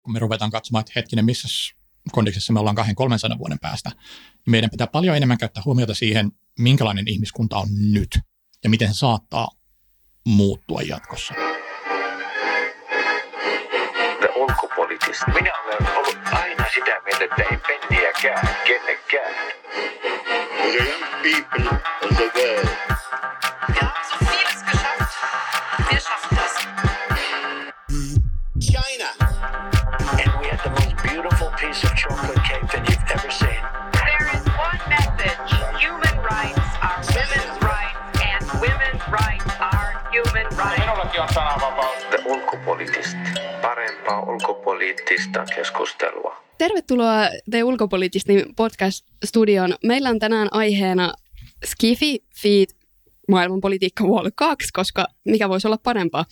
kun me ruvetaan katsomaan, että hetkinen, missä kondiksessa me ollaan 200-300 vuoden päästä, niin meidän pitää paljon enemmän käyttää huomiota siihen, minkälainen ihmiskunta on nyt ja miten se saattaa muuttua jatkossa. Ulkopoliittista. Minä olen ollut aina sitä mieltä, että ei penniäkään kenenkään. The young people of the world. Wir haben so vieles geschafft. Wir schaffen das. China. And we had the most beautiful piece of chocolate cake that you've ever seen. There is one message. Human rights are women's rights and women's rights are human rights. Minullakin on sananvapaus. The ulkopoliittista. Parempaa ulkopoliittista keskustelua. Tervetuloa The Ulkopoliittistin podcast-studioon. Meillä on tänään aiheena Skifi Feed maailmanpolitiikka Wall 2, koska mikä voisi olla parempaa.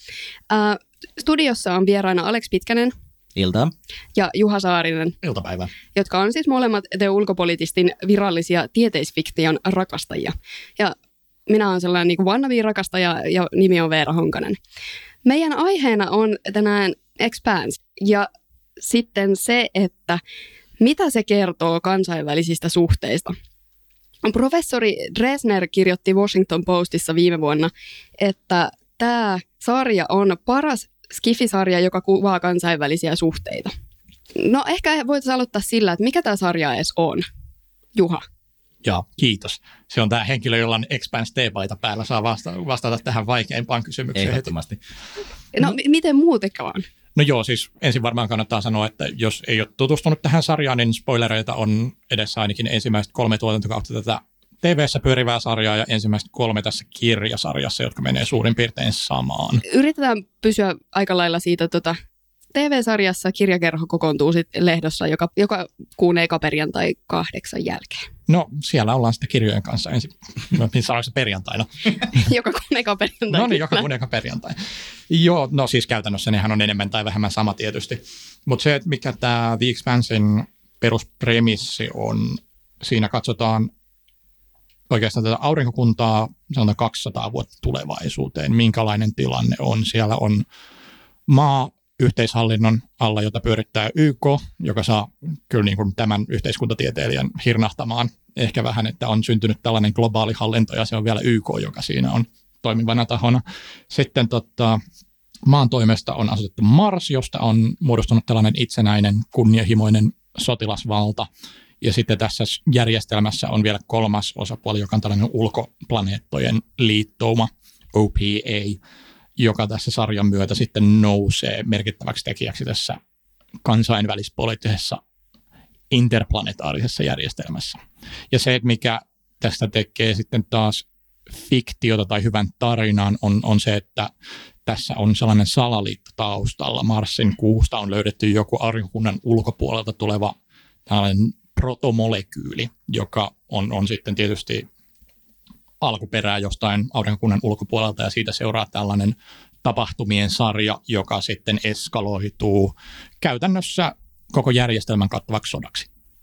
Studiossa on vieraana Alex Pitkänen. Iltaa. Ja Juha Saarinen. Iltapäivää. Jotka on siis molemmat The Ulkopoliittistin virallisia tieteisfiktion rakastajia. Ja minä olen sellainen niin wannabe-rakastaja ja nimi on Veera Honkanen. Meidän aiheena on tänään Expanse ja sitten se, että mitä se kertoo kansainvälisistä suhteista. Professori Dresner kirjoitti Washington Postissa viime vuonna, että tämä sarja on paras skifisarja, joka kuvaa kansainvälisiä suhteita. No ehkä voitaisiin aloittaa sillä, että mikä tämä sarja edes on. Juha. Joo, kiitos. Se on tämä henkilö, jolla on Expanse T-paita päällä, saa vastata tähän vaikeimpaan kysymykseen. Ehdottomasti. No miten muutenkaan? No joo, siis ensin varmaan kannattaa sanoa, että jos ei ole tutustunut tähän sarjaan, niin spoilereita on edessä ainakin ensimmäiset 3 tuotantokautta tätä TV-ssä pyörivää sarjaa ja ensimmäiset 3 tässä kirjasarjassa, jotka menee suurin piirtein samaan. Yritetään pysyä aika lailla siitä TV-sarjassa kirjakerho kokoontuu sitten lehdossa joka kuun eka perjantai 8 jälkeen. No siellä ollaan sitten kirjojen kanssa ensin, sanoiko se perjantaina? Joka kuun eka perjantai. No niin, joka kuun eka perjantai. Joo, no siis käytännössä nehän on enemmän tai vähemmän sama tietysti. Mutta se, että mikä tämä The Expansen peruspremissi on, siinä katsotaan oikeastaan tätä aurinkokuntaa, sanotaan 200 vuotta tulevaisuuteen, minkälainen tilanne on. Siellä on maa yhteishallinnon alla, jota pyörittää YK, joka saa kyllä niin kuin tämän yhteiskuntatieteilijän hirnahtamaan ehkä vähän, että on syntynyt tällainen globaali hallinto ja se on vielä YK, joka siinä on toimivana tahona. Sitten maan toimesta on asetettu Mars, josta on muodostunut tällainen itsenäinen, kunnianhimoinen sotilasvalta. Ja sitten tässä järjestelmässä on vielä 3. osapuoli, joka on tällainen ulkoplaneettojen liittouma, OPA, joka tässä sarjan myötä sitten nousee merkittäväksi tekijäksi tässä kansainvälispoliittisessa interplanetaarisessa järjestelmässä. Ja se, mikä tästä tekee sitten taas fiktiota tai hyvän tarinan, on se, että tässä on sellainen salaliitto taustalla. Marsin kuusta on löydetty joku aurinkokunnan ulkopuolelta tuleva tällainen protomolekyyli, joka on sitten tietysti alkuperää jostain aurinkokunnan ulkopuolelta ja siitä seuraa tällainen tapahtumien sarja, joka sitten eskaloituu käytännössä koko järjestelmän kattavaksi sodaksi.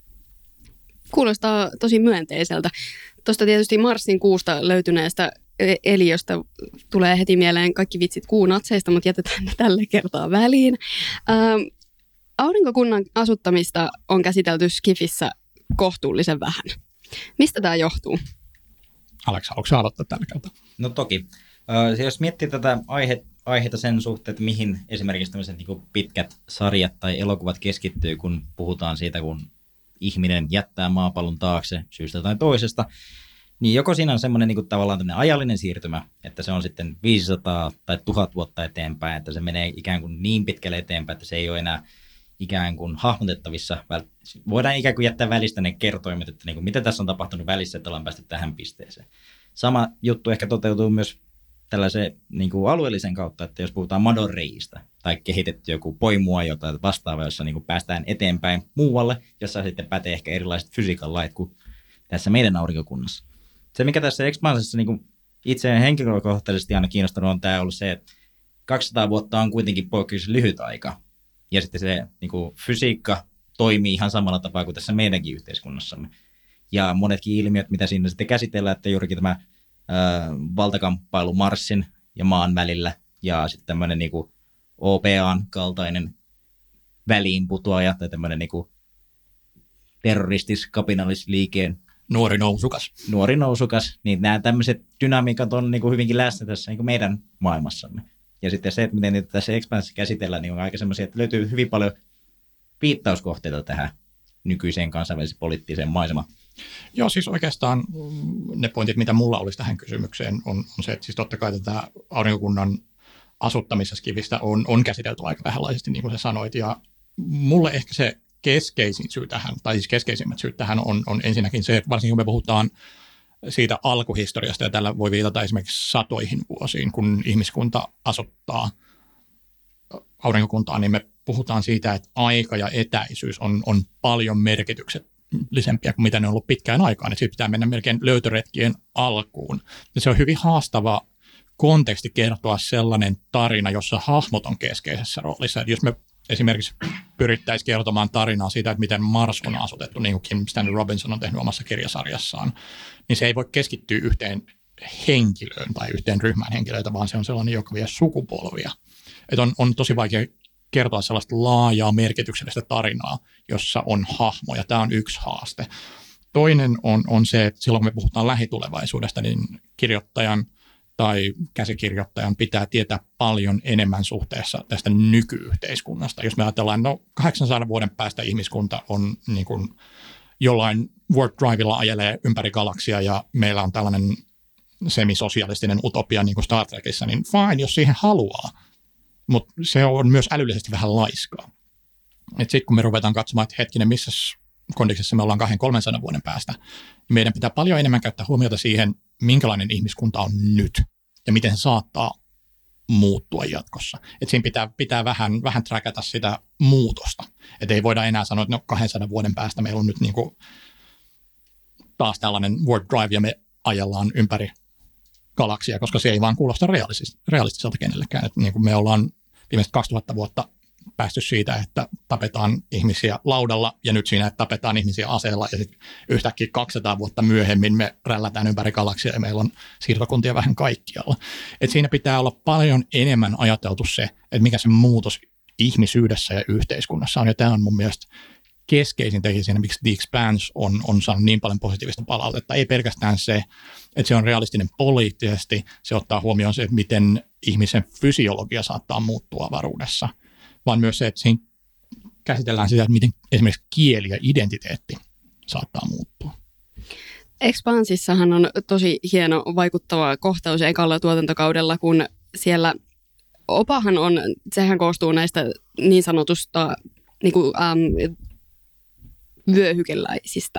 Kuulostaa tosi myönteiseltä. Tuosta tietysti Marsin kuusta löytyneestä eliöstä tulee heti mieleen kaikki vitsit kuunatseista, mutta jätetään ne tällä kertaa väliin. Aurinkokunnan asuttamista on käsitelty Skifissä kohtuullisen vähän. Mistä tämä johtuu? Alex, haluatko aloittaa tällä kertaa? No toki. Jos miettii tätä aiheita sen suhteen, että mihin esimerkiksi tämmöiset niin pitkät sarjat tai elokuvat keskittyy, kun puhutaan siitä, kun ihminen jättää maapallon taakse syystä tai toisesta, niin joko siinä on semmoinen niin tavallaan tämmöinen ajallinen siirtymä, että se on sitten 500 tai 1000 vuotta eteenpäin, että se menee ikään kuin niin pitkälle eteenpäin, että se ei ole enää ikään kuin hahmotettavissa. Voidaan ikään kuin jättää välistä ne kertoimet, että niin kuin, mitä tässä on tapahtunut välissä, että ollaan päästy tähän pisteeseen. Sama juttu ehkä toteutuu myös tällaisen niin kuin alueellisen kautta, että jos puhutaan madonreiistä tai kehitetty joku poimua jotain vastaavaa, jossa niin kuin päästään eteenpäin muualle, jossa sitten pätee ehkä erilaiset fysiikan lait kuin tässä meidän aurinkokunnassa. Se, mikä tässä Expansessa niin kuin itse henkilökohtaisesti aina kiinnostanut on tämä ollut se, että 200 vuotta on kuitenkin poikkeuksellisen lyhyt aika. Ja sitten se niin kuin fysiikka toimii ihan samalla tapaa kuin tässä meidänkin yhteiskunnassamme. Ja monetkin ilmiöt, mitä siinä sitten käsitellään, että juurikin tämä valtakamppailu Marsin ja maan välillä ja sitten tämmöinen niin kuin OPAn kaltainen väliinputoaja tai tämmöinen niin terroristis-kapinallisliikkeen Nuori nousukas. niin nämä tämmöiset dynamiikat on niin kuin hyvinkin läsnä tässä niin kuin meidän maailmassamme. Ja sitten se, että miten niitä tässä Expanse käsitellään, niin on aika semmoisia, että löytyy hyvin paljon viittauskohteita tähän nykyiseen kansainväliseen poliittiseen maisemaan. Joo, siis oikeastaan ne pointit, mitä mulla olisi tähän kysymykseen, on se, että siis totta kai tätä aurinkokunnan asuttamisessa kivistä on käsitelty aika vähänlaisesti, niin kuin sä sanoit, ja mulle ehkä se keskeisin syy tähän, tai siis keskeisimmät syyt tähän on ensinnäkin se, että varsinkin kun me puhutaan siitä alkuhistoriasta, ja tällä voi viitata esimerkiksi satoihin vuosiin, kun ihmiskunta asuttaa aurinkokuntaa, niin me puhutaan siitä, että aika ja etäisyys on paljon merkityksellisempiä kuin mitä ne on ollut pitkään aikaan. Että siitä pitää mennä melkein löytöretkien alkuun. Ja se on hyvin haastava konteksti kertoa sellainen tarina, jossa hahmot on keskeisessä roolissa. Että jos me esimerkiksi pyrittäisiin kertomaan tarinaa siitä, että miten Mars on asutettu, niin kuin Kim Stanley Robinson on tehnyt omassa kirjasarjassaan, niin se ei voi keskittyä yhteen henkilöön tai yhteen ryhmään henkilöitä, vaan se on sellainen, joka vie sukupolvia. Että on tosi vaikea kertoa sellaista laajaa merkityksellistä tarinaa, jossa on hahmoja. Tämä on yksi haaste. Toinen on se, että silloin kun me puhutaan lähitulevaisuudesta, niin kirjoittajan tai käsikirjoittajan pitää tietää paljon enemmän suhteessa tästä nykyyhteiskunnasta. Jos me ajatellaan, 800 vuoden päästä ihmiskunta on niin kuin jollain warp drivella ajelee ympäri galaksia ja meillä on tällainen semisosialistinen utopia niin kuin Star Trekissa, niin fine, jos siihen haluaa. Mutta se on myös älyllisesti vähän laiskaa. Sitten kun me ruvetaan katsomaan, että hetkinen, missä kondiksessa me ollaan 200-300 vuoden päästä, niin meidän pitää paljon enemmän käyttää huomiota siihen, minkälainen ihmiskunta on nyt ja miten se saattaa muuttua jatkossa. Et siinä pitää vähän trackata sitä muutosta. Et ei voida enää sanoa, että 200 vuoden päästä meillä on nyt niinku taas tällainen warp drive ja me ajellaan ympäri galaksia, koska se ei vaan kuulosta realistiselta kenellekään. Et niin kuin me ollaan viimeiset 2000 vuotta päästy siitä, että tapetaan ihmisiä laudalla ja nyt siinä, että tapetaan ihmisiä aseella ja sitten yhtäkkiä 200 vuotta myöhemmin me rällätään ympäri galaksia ja meillä on siirtokuntia vähän kaikkialla. Et siinä pitää olla paljon enemmän ajateltu se, että mikä se muutos ihmisyydessä ja yhteiskunnassa on, ja tämä on mun mielestä keskeisin tekijä siinä, miksi The Expanse on saanut niin paljon positiivista palautetta. Ei pelkästään se, että se on realistinen poliittisesti, se ottaa huomioon se, että miten ihmisen fysiologia saattaa muuttua avaruudessa, vaan myös se, että siinä käsitellään sitä, että miten esimerkiksi kieli ja identiteetti saattaa muuttua. Expansissahan on tosi hieno vaikuttava kohtaus ekalla tuotantokaudella, kun siellä opahan on, sehän koostuu näistä niin sanotusta niin kuin, vyöhykeläisistä.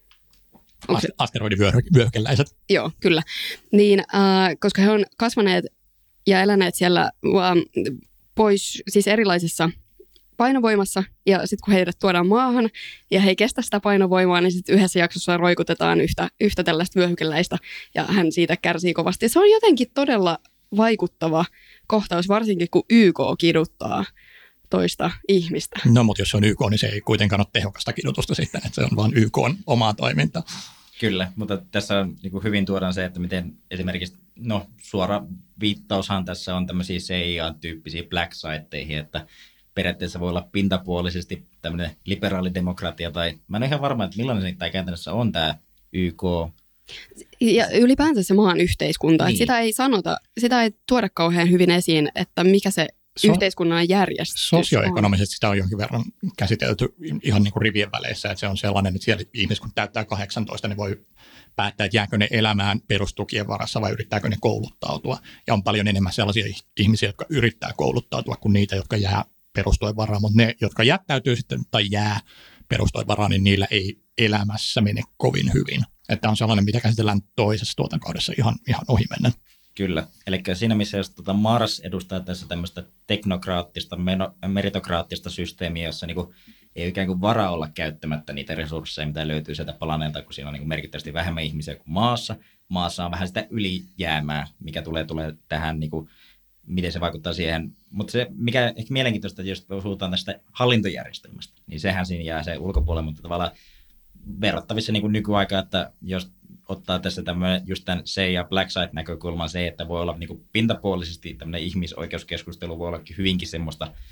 Asteroidivyöhykeläiset. Joo, kyllä. Niin, koska he on kasvaneet ja eläneet siellä pois siis erilaisessa painovoimassa, ja sitten kun heidät tuodaan maahan ja he ei kestä sitä painovoimaa, niin sitten yhdessä jaksossa roikutetaan yhtä tällaista vyöhykeläistä, ja hän siitä kärsii kovasti. Se on jotenkin todella vaikuttava kohtaus, varsinkin kun YK kiduttaa toista ihmistä. No, mutta jos se on YK, niin se ei kuitenkaan ole tehokasta kidutusta sitten, että se on vaan YK:n omaa toimintaa. Kyllä, mutta tässä on niin kuin hyvin tuodaan se, että miten esimerkiksi, suora viittaushan tässä on tämmöisiä CIA-tyyppisiä black siteihin, että periaatteessa voi olla pintapuolisesti tämmöinen liberaalidemokratia, tai mä en ole ihan varma, että millainen tämä käytännössä on tämä YK. Ja ylipäänsä se maan yhteiskunta, niin. Että sitä ei sanota, sitä ei tuoda kauhean hyvin esiin, että mikä se yhteiskunnan järjestys sosioekonomisesti sitä on jonkin verran käsitelty ihan niin kuin rivien väleissä, että se on sellainen, että siellä ihmiset kun täyttää 18, ne voi päättää, että jääkö ne elämään perustukien varassa vai yrittääkö ne kouluttautua. Ja on paljon enemmän sellaisia ihmisiä, jotka yrittää kouluttautua kuin niitä, jotka jää perustuen varaan, mutta ne, jotka jättäytyy sitten tai jää perustuen varaan, niin niillä ei elämässä mene kovin hyvin. Että on sellainen, mitä käsitellään toisessa tuotantokaudessa ihan ohimennen. Kyllä, eli siinä missä jos Mars edustaa tässä tämmöistä teknokraattista, meritokraattista systeemiä, jossa niinku ei ikään kuin varaa olla käyttämättä niitä resursseja, mitä löytyy sieltä planeelta, kun siinä on niinku merkittävästi vähemmän ihmisiä kuin Maassa. Maassa on vähän sitä ylijäämää, mikä tulee tähän, niinku, miten se vaikuttaa siihen. Mutta se, mikä ehkä mielenkiintoista, jos puhutaan tästä hallintojärjestelmästä, niin sehän siinä jää se ulkopuolelle, mutta tavallaan verrattavissa niin kuin nykyaikaan, että jos ottaa tässä tämmöinen just tämän ja Black Side-näkökulman se, että voi olla niin kuin pintapuolisesti tämmöinen ihmisoikeuskeskustelu voi olla hyvinkin semmoista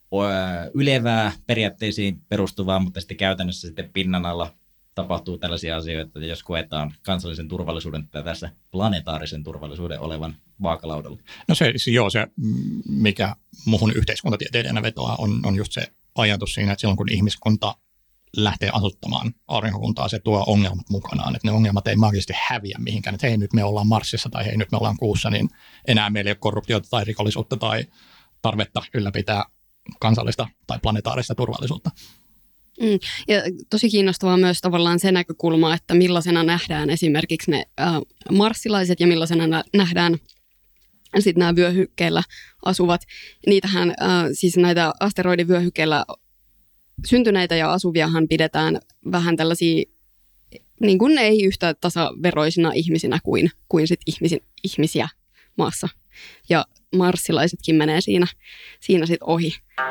ylevää periaatteisiin perustuvaa, mutta sitten käytännössä sitten pinnan alla tapahtuu tällaisia asioita, jos koetaan kansallisen turvallisuuden tai tässä planetaarisen turvallisuuden olevan vaakalaudalla. No se mikä muuhun yhteiskuntatieteilijänä vetoaa, on just se ajatus siinä, että silloin kun ihmiskunta lähtee asuttamaan aurinkokuntaa, se tuo ongelmat mukanaan, että ne ongelmat ei maagisesti häviä mihinkään, että hei nyt me ollaan Marsissa tai hei nyt me ollaan Kuussa, niin enää meillä ei ole korruptiota tai rikollisuutta tai tarvetta ylläpitää kansallista tai planetaarista turvallisuutta. Ja tosi kiinnostavaa myös tavallaan se näkökulma, että millaisena nähdään esimerkiksi ne marssilaiset ja millaisena nähdään sitten nämä vyöhykkeellä asuvat. Niitähän siis näitä asteroidivyöhykkeellä syntyneitä ja asuviahan pidetään vähän tällaisia niin kuin ei yhtä tasaveroisina ihmisinä kuin sit ihmisiä maassa. Ja marssilaisetkin menee siinä sitten ohi.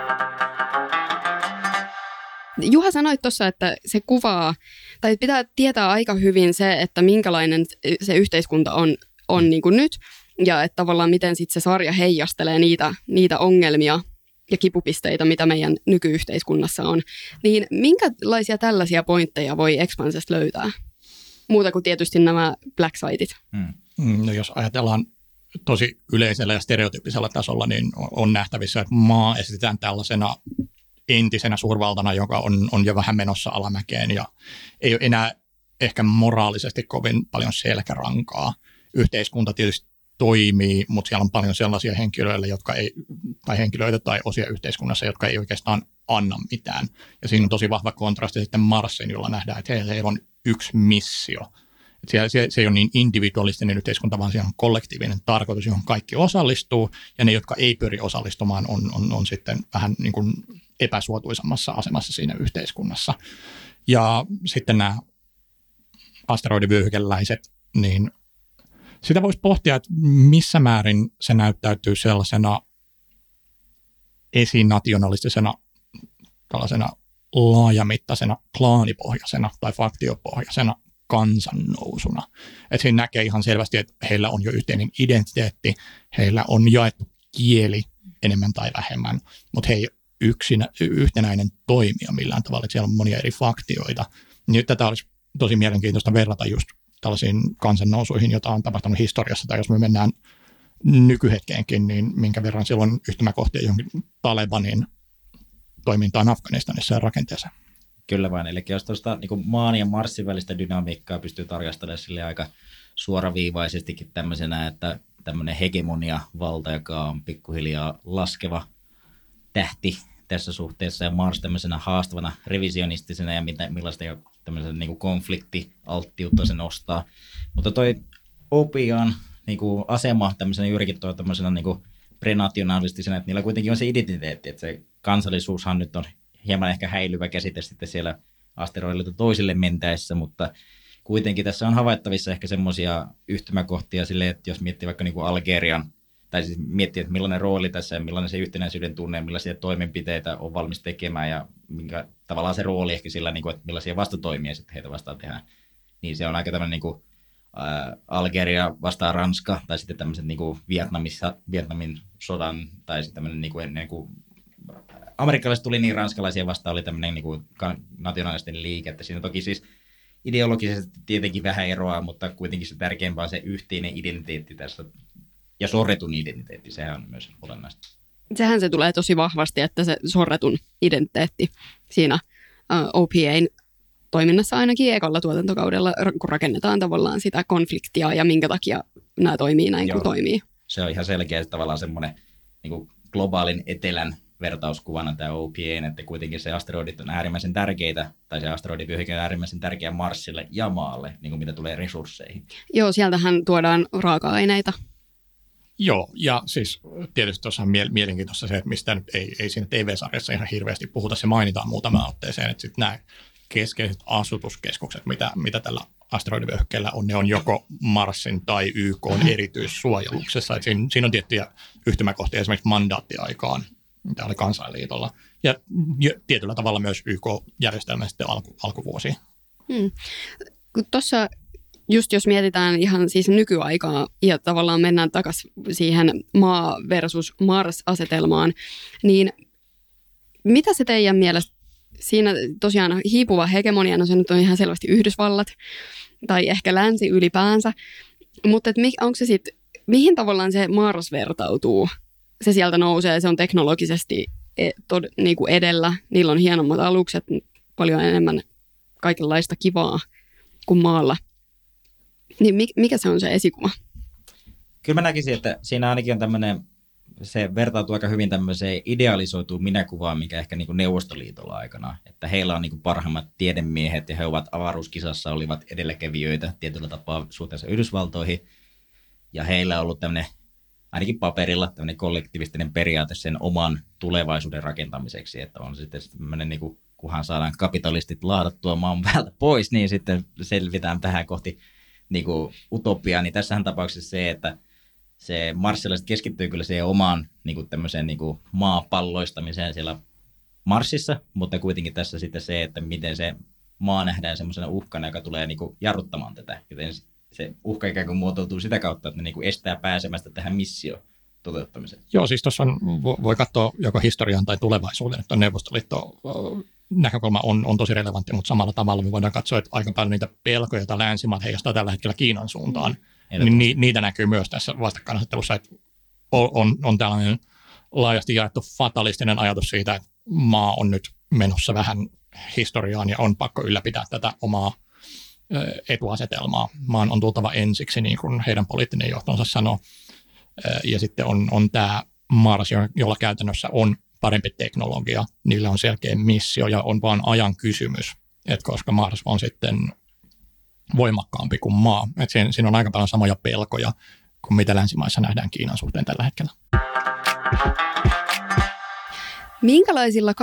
Juha sanoit tuossa, että se kuvaa, tai pitää tietää aika hyvin se, että minkälainen se yhteiskunta on niin kuin nyt, ja että tavallaan miten sitten se sarja heijastelee niitä ongelmia ja kipupisteitä, mitä meidän nykyyhteiskunnassa on. Niin minkälaisia tällaisia pointteja voi Expansesta löytää? Muuta kuin tietysti nämä black sitet. No jos ajatellaan tosi yleisellä ja stereotyyppisellä tasolla, niin on nähtävissä, että maa esitetään tällaisena entisenä suurvaltana, joka on jo vähän menossa alamäkeen ja ei ole enää ehkä moraalisesti kovin paljon selkärankaa. Yhteiskunta tietysti toimii, mutta siellä on paljon sellaisia henkilöitä tai osia yhteiskunnassa, jotka ei oikeastaan anna mitään. Ja siinä on tosi vahva kontrasti sitten Marsin, jolla nähdään, että heillä on yksi missio. Se ei ole niin individualistinen yhteiskunta, vaan siellä on kollektiivinen tarkoitus, johon kaikki osallistuu, ja ne, jotka ei pyri osallistumaan, on sitten vähän niin kuin epäsuotuisammassa asemassa siinä yhteiskunnassa. Ja sitten nämä asteroidivyöhykeläiset, niin sitä voisi pohtia, että missä määrin se näyttäytyy sellaisena esinationalistisena, tällaisena laajamittaisena klaanipohjaisena tai faktiopohjaisena kansannousuna. Että siinä näkee ihan selvästi, että heillä on jo yhteinen identiteetti, heillä on jaettu kieli enemmän tai vähemmän, mutta he ei yhtenäinen toimija millään tavalla, että siellä on monia eri faktioita. Niin tätä olisi tosi mielenkiintoista verrata just tällaisiin kansannousuihin, joita on tapahtunut historiassa, tai jos me mennään nykyhetkeenkin, niin minkä verran silloin yhtymäkohtia johonkin Talebanin toimintaan Afganistanissa ja rakenteeseen. Kyllä vain, eli jos tuosta niin maan ja Marsin välistä dynamiikkaa pystyy tarkastelemaan sille aika suoraviivaisestikin tämmöisenä, että tämmöinen hegemonia-valta, joka on pikkuhiljaa laskeva tähti tässä suhteessa, ja Mars tämmöisenä haastavana revisionistisena, ja millaista tämmöisen niin konfliktialttiutta se nostaa. Mutta toi Opian niin asema tämmöisenä juurikin tämmöisenä niin prenationalistisena, että niillä kuitenkin on se identiteetti, että se kansallisuushan nyt on hieman ehkä häilyvä käsite sitten siellä asteroidilta toisille mentäessä, mutta kuitenkin tässä on havaittavissa ehkä semmoisia yhtymäkohtia sille, että jos miettii vaikka niin kuin Algerian, tai siis miettii, että millainen rooli tässä ja millainen se yhtenäisyyden tunne ja millaisia toimenpiteitä on valmis tekemään ja minkä tavallaan se rooli ehkä sillä, niin kuin, että millaisia vastatoimia sitten heitä vastaan tehdään. Niin se on aika tämmöinen niin kuin, Algeria vastaan Ranska tai sitten tämmöiset niin kuin Vietnamin sodan tai sitten tämmöinen niin kuin ennen kuin amerikkalaiset tuli niin ranskalaisia vastaan oli tämmöinen niin kuin nationalistinen liike, että siinä toki siis ideologisesti tietenkin vähän eroa, mutta kuitenkin se tärkeämpää on se yhteinen identiteetti tässä ja sorretun identiteetti, sehän on myös olennaista. Sehän se tulee tosi vahvasti, että se sorretun identiteetti siinä OPA:n toiminnassa ainakin ekalla tuotantokaudella, kun rakennetaan tavallaan sitä konfliktia ja minkä takia nämä toimii näin kuin toimii. Se on ihan selkeä tavallaan semmoinen niin kuin globaalin etelän vertauskuvana tämä OPA, että kuitenkin se asteroidit on äärimmäisen tärkeitä, tai se asteroidivyöhyke on äärimmäisen tärkeä Marsille ja Maalle, niin kuin mitä tulee resursseihin. Joo, sieltähän tuodaan raaka-aineita. Joo, ja siis tietysti tuossa on mielenkiintoista se, että mistä nyt ei siinä TV-sarjassa ihan hirveästi puhuta, se mainitaan muutamaan otteeseen, että sitten nämä keskeiset asutuskeskukset, mitä tällä asteroidivyöhykkeellä on, ne on joko Marsin tai YK:n erityissuojeluksessa, että siinä on tiettyjä yhtymäkohtia esimerkiksi mandaattiaikaan, mitä oli Kansainliitolla, ja tietyllä tavalla myös YK-järjestelmä sitten alkuvuosiin. Tuossa just jos mietitään ihan siis nykyaikaa ja tavallaan mennään takaisin siihen maa versus Mars-asetelmaan, niin mitä se teidän mielestä, siinä tosiaan hiipuva hegemonia, no se nyt on ihan selvästi Yhdysvallat tai ehkä länsi ylipäänsä, mutta onko se sitten, mihin tavallaan se Mars vertautuu? Se sieltä nousee, se on teknologisesti niin kuin edellä, niillä on hienommat alukset, paljon enemmän kaikenlaista kivaa kuin maalla. Niin mikä se on se esikuva? Kyllä mä näkisin, että siinä ainakin on tämmöinen, se vertautuu aika hyvin tämmöiseen idealisoituun minäkuvaan, mikä ehkä niin kuin Neuvostoliitolla aikana. Että heillä on niin kuin parhaimmat tiedemiehet ja he ovat avaruuskisassa, olivat edelläkävijöitä tietyllä tapaa suhteessa Yhdysvaltoihin. Ja heillä on ollut tämmöinen, ainakin paperilla, tämmöinen kollektivistinen periaate sen oman tulevaisuuden rakentamiseksi. Että on sitten tämmöinen, niin kuin, kunhan saadaan kapitalistit laadattua maan päältä pois, niin sitten selvitään tähän kohti niin kuin utopiaa. Niin tässähän tapauksessa se, että se marssilaiset keskittyy kyllä siihen omaan niin kuin tämmöiseen niin kuin maapalloistamiseen siellä Marsissa, mutta kuitenkin tässä sitten se, että miten se maa nähdään semmoisena uhkana, joka tulee niin kuin jarruttamaan tätä. Joten se uhka ikään kuin muotoutuu sitä kautta, että ne niin kuin estää pääsemästä tähän missioon toteuttamiseen. Joo, siis tuossa voi katsoa joko historian tai tulevaisuuden, että Neuvostoliitto näkökulma on tosi relevantti, mutta samalla tavalla me voidaan katsoa, että aika paljon niitä pelkoja, joita länsimaat heijastaa tällä hetkellä Kiinan suuntaan, niin niitä näkyy myös tässä vastakkainasettelussa, että on tällainen laajasti jaettu fatalistinen ajatus siitä, että maa on nyt menossa vähän historiaan ja on pakko ylläpitää tätä omaa etuasetelmaa. Maan on tultava ensiksi, niin kuin heidän poliittinen johtonsa sanoo. Ja sitten on tämä Mars, jolla käytännössä on parempi teknologia. Niillä on selkeä missio ja on vaan ajan kysymys, että koska Mars on sitten voimakkaampi kuin maa. Että siinä on aika paljon samoja pelkoja kuin mitä länsimaissa nähdään Kiinan suhteen tällä hetkellä. Minkälaisilla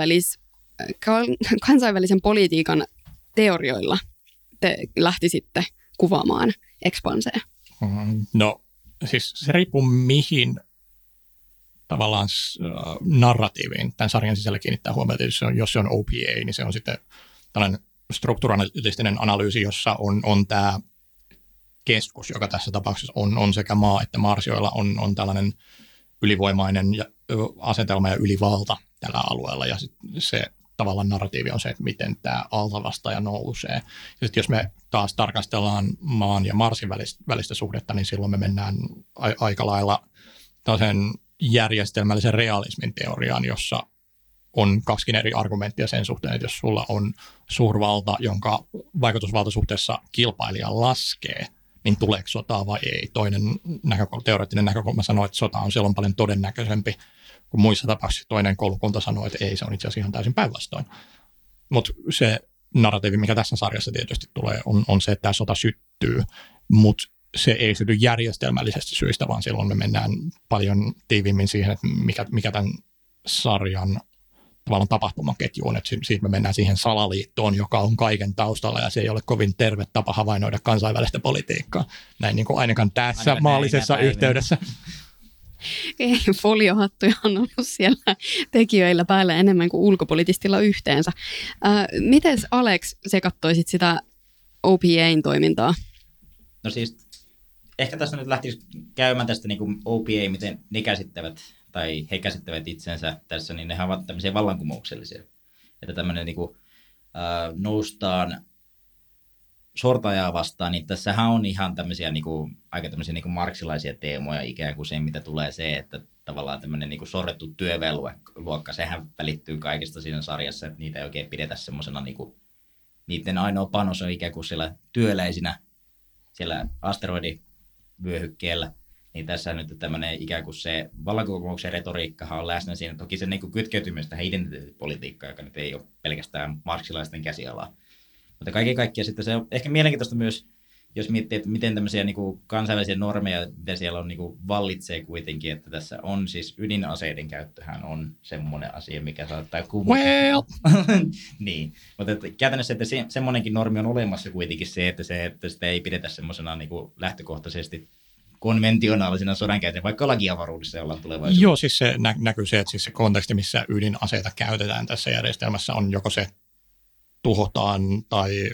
kansainvälisen politiikan teorioilla te lähtisitte kuvaamaan Expansea? No siis se riippuu mihin tavallaan narratiiviin tämän sarjan sisällä kiinnittää huomiota. Jos se on OPA, niin se on sitten tällainen strukturalistinen analyysi, jossa on tämä keskus, joka tässä tapauksessa on sekä maa että Mars, joilla on tällainen ylivoimainen asetelma ja ylivalta tällä alueella. Ja se tavallaan narratiivi on se, että miten tämä altavastaaja nousee. Ja sitten jos me taas tarkastellaan maan ja Marsin välistä suhdetta, niin silloin me mennään aika lailla tällaisen järjestelmällisen realismin teoriaan, jossa on kaksikin eri argumenttia sen suhteen, että jos sulla on suurvalta, jonka vaikutusvaltasuhteessa kilpailija laskee, niin tuleeko sotaa vai ei. Toinen teoreettinen näkökulma sanoo, että sota on silloin paljon todennäköisempi kuin muissa tapauksissa. Toinen koulukunta sanoo, että ei, se on itse asiassa ihan täysin päinvastoin. Mutta se narratiivi, mikä tässä sarjassa tietysti tulee, on se, että tämä sota syttyy, mutta se ei syty järjestelmällisesti syistä, vaan silloin me mennään paljon tiiviimmin siihen, että mikä tämän sarjan tavallaan tapahtumaketju on, että siitä me mennään siihen salaliittoon, joka on kaiken taustalla, ja se ei ole kovin terve tapa havainnoida kansainvälistä politiikkaa. Näin niin kuin ainakaan tässä maallisessa yhteydessä. Ei, foliohattuja on ollut siellä tekijöillä päällä enemmän kuin ulkopolitistilla yhteensä. Mites Alex, sä katsoisit sitä OPA:n toimintaa? No siis, ehkä tässä nyt lähtisi käymään tästä niin kuin OPA, miten ne käsittävät tai he käsittävät itsensä tässä, niin nehän ovat tämmöisiä vallankumouksellisia. Että tämmöinen niin kuin, noustaan sortajaa vastaan, niin tässähän on ihan tämmöisiä niin kuin, aika tämmöisiä niin kuin marksilaisia teemoja ikään kuin se, mitä tulee se, että tavallaan tämmöinen niin kuin sorrettu työväenluokka, sehän välittyy kaikista siinä sarjassa, että niitä ei oikein pidetä semmoisena, niin kuin, niiden ainoa panos on ikään kuin siellä työläisinä, siellä asteroidivyöhykkeellä. Niin tässä nyt tämmöinen ikään kuin se vallankumouksen retoriikkahan on läsnä siinä. Toki se niin kytkeytyy myös tähän identiteettipolitiikkaan, joka nyt ei ole pelkästään marksilaisten käsialaa. Mutta kaiken kaikkiaan sitten se on ehkä mielenkiintoista myös, jos miettii, että miten tämmöisiä niin kuin kansainvälisiä normeja, mitä siellä on, niin kuin vallitsee kuitenkin, että tässä on siis ydinaseiden käyttöhän on semmoinen asia, mikä saattaa kumota. Well. Niin, mutta että käytännössä, että semmoinenkin normi on olemassa kuitenkin se, että sitä ei pidetä semmoisena niin kuin lähtökohtaisesti konventionaalisena sodankäyntinä, vaikka ollaankin avaruudessa ja ollaan tulevaisuudessa. Joo, siis se näkyy se, että siis se konteksti, missä ydinaseita käytetään tässä järjestelmässä, on joko se tuhotaan tai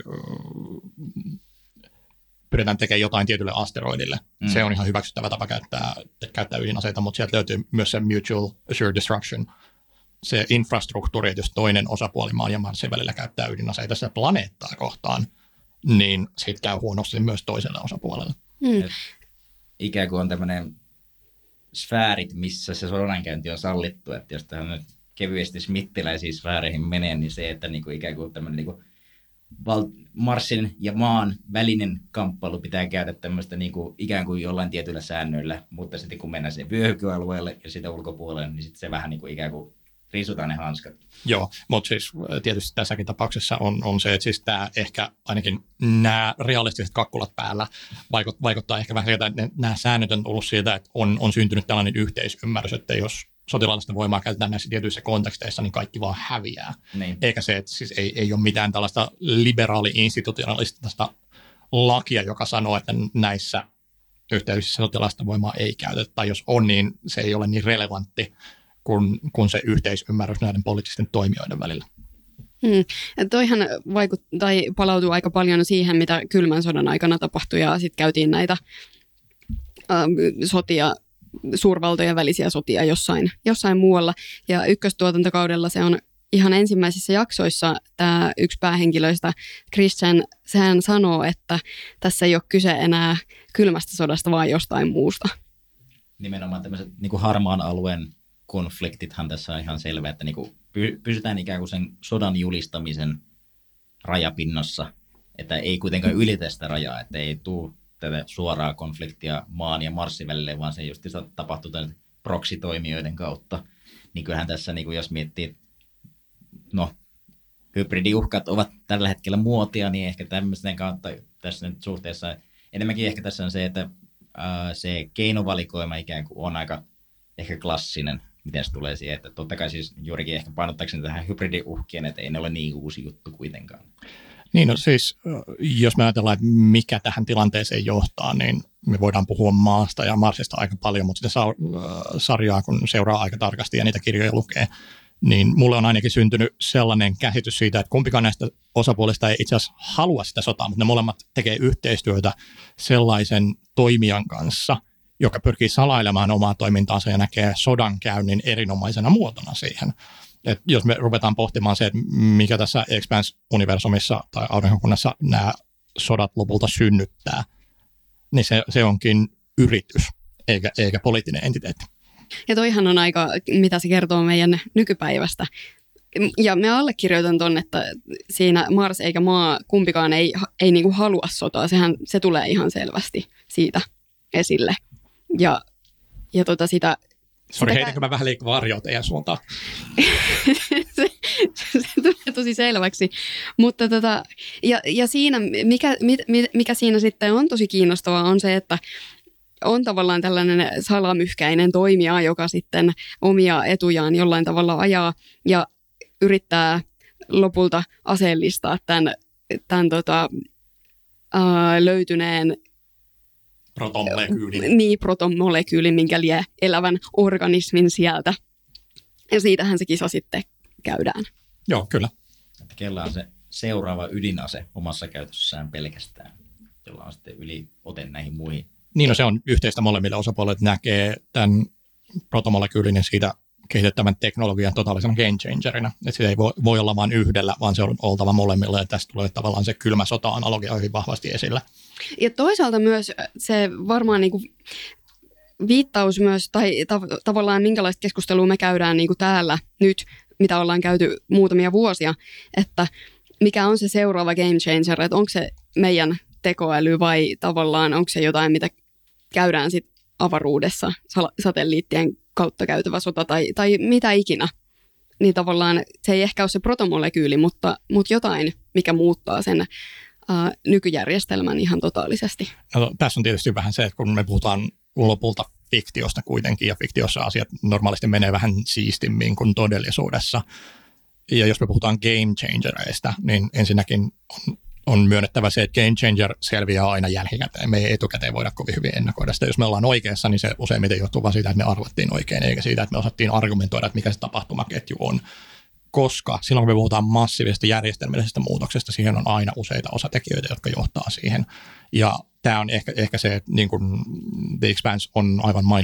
pyritään tekemään jotain tietylle asteroidille. Se on ihan hyväksyttävä tapa käyttää ydinaseita, mutta sieltä löytyy myös se mutual assured destruction se infrastruktuuri, että jos toinen osapuoli maan ja Marsin välillä käyttää ydinaseita sitä planeettaa kohtaan, niin siitä käy huonosti myös toiselle osapuolelle. Ikään kuin on tämmöinen sfäärit, missä se sodankäynti on sallittu, että jos tähän nyt kevyesti smittiläisiin sfääreihin menee, niin se, että niinku ikään kuin tämmöinen niinku Marsin ja maan välinen kamppailu pitää käydä tämmöistä niinku ikään kuin jollain tietyillä säännöillä, mutta sitten kun mennään sen vyöhykealueelle ja sitä ulkopuolelle, niin sitten se vähän niinku ikään kuin riisutaan ne hanskat. Joo, mutta siis tietysti tässäkin tapauksessa on se, että siis tämä ehkä ainakin nämä realistiset kakkulat päällä vaikuttaa ehkä vähän sieltä, että nämä säännöt on tullut siitä, että on syntynyt tällainen yhteisymmärrys, että jos sotilaallista voimaa käytetään näissä tietyissä konteksteissa, niin kaikki vaan häviää. Niin. Eikä se, että siis ei ole mitään tällaista liberaali-institutionalistista lakia, joka sanoo, että näissä yhteyksissä sotilaallista voimaa ei käytetä. Tai jos on, niin se ei ole niin relevantti kuin se yhteisymmärrys näiden poliittisten toimijoiden välillä. Toihan palautuu aika paljon siihen, mitä kylmän sodan aikana tapahtui, ja sitten käytiin näitä sotia, suurvaltojen välisiä sotia jossain muualla. Ja ykköstuotantokaudella se on ihan ensimmäisissä jaksoissa tämä yksi päähenkilöistä, Christian, sehän sanoo, että tässä ei ole kyse enää kylmästä sodasta, vaan jostain muusta. Nimenomaan tämmöiset niin kuin harmaan alueen konfliktithan tässä on ihan selvä, että niin kuin pysytään ikään kuin sen sodan julistamisen rajapinnassa, että ei kuitenkaan ylitä sitä rajaa, että ei tule tätä suoraa konfliktia maan ja Marsin välille, vaan se just tapahtuu tämän proxy-toimijoiden kautta. Niin kyllähän tässä, niin kuin jos miettii, hybridiuhkat ovat tällä hetkellä muotia, niin ehkä tämmöisten kautta tässä nyt suhteessa enemmänkin ehkä tässä on se, että se keinovalikoima ikään kuin on aika ehkä klassinen, miten se tulee siihen, että totta kai siis juurikin ehkä painottaakseni tähän hybridiuhkien, että ei ne ole niin uusi juttu kuitenkaan. Niin, no siis jos me ajatellaan, että mikä tähän tilanteeseen johtaa, niin me voidaan puhua maasta ja Marsista aika paljon, mutta sitä sarjaa, kun seuraa aika tarkasti ja niitä kirjoja lukee, niin mulle on ainakin syntynyt sellainen käsitys siitä, että kumpikaan näistä osapuolista ei itse asiassa halua sitä sotaa, mutta ne molemmat tekee yhteistyötä sellaisen toimijan kanssa, joka pyrkii salailemaan omaa toimintaansa ja näkee sodankäynnin erinomaisena muotona siihen. Et jos me ruvetaan pohtimaan se, että mikä tässä Expanse-universumissa tai aurinkokunnassa nämä sodat lopulta synnyttää, niin se onkin yritys, eikä poliittinen entiteetti. Ja toihan on aika, mitä se kertoo meidän nykypäivästä. Ja me allekirjoitan ton, että siinä Mars eikä maa kumpikaan ei niinku halua sotaa. Se tulee ihan selvästi siitä esille. Ja sitä... Sori, heitinkö mä vähän liikaa varjoa teidän suuntaan? se tulee tosi selväksi. Mutta ja siinä, mikä siinä sitten on tosi kiinnostavaa, on se, että on tavallaan tällainen salamyhkäinen toimija, joka sitten omia etujaan jollain tavalla ajaa ja yrittää lopulta aseellistaa tämän löytyneen protonmolekyylin, minkä lie elävän organismin sieltä. Ja siitähän se kisa sitten käydään. Joo, kyllä. Että kella on se seuraava ydinase omassa käytössään pelkästään, jolla on sitten yliote näihin muihin. Niin, no se on yhteistä molemmille osapuolille, että näkee tämän protomolekyylin ja siitä kehitettävän teknologian totaalisena game changerina. Että se ei voi olla vain yhdellä, vaan se on oltava molemmilla, ja tästä tulee tavallaan se kylmä sota-analogia hyvin vahvasti esillä. Ja toisaalta myös se varmaan niinku viittaus myös, tai tavallaan minkälaista keskustelua me käydään niinku täällä nyt, mitä ollaan käyty muutamia vuosia, että mikä on se seuraava game changer, että onko se meidän tekoäly vai tavallaan onko se jotain, mitä käydään sitten avaruudessa, satelliittien kautta käytävä sota tai mitä ikinä. Niin tavallaan se ei ehkä ole se protomolekyyli, mutta jotain, mikä muuttaa sen nykyjärjestelmän ihan totaalisesti. No, tässä on tietysti vähän se, että kun me puhutaan lopulta fiktiosta kuitenkin, ja fiktiossa asiat normaalisti menee vähän siistimmin kuin todellisuudessa. Ja jos me puhutaan game changereista, niin ensinnäkin on myönnettävä se, että game changer selviää aina jälkikäteen. Me ei etukäteen voida kovin hyvin ennakoida sitä. Jos me ollaan oikeassa, niin se useimmiten johtuu vaan siitä, että me arvattiin oikein, eikä siitä, että me osattiin argumentoida, että mikä se tapahtumaketju on. Koska silloin, kun me puhutaan massiivisesta järjestelmällisestä muutoksesta, siihen on aina useita osatekijöitä, jotka johtaa siihen. Ja tämä on ehkä se, että niin kuin The Expanse on aivan mainio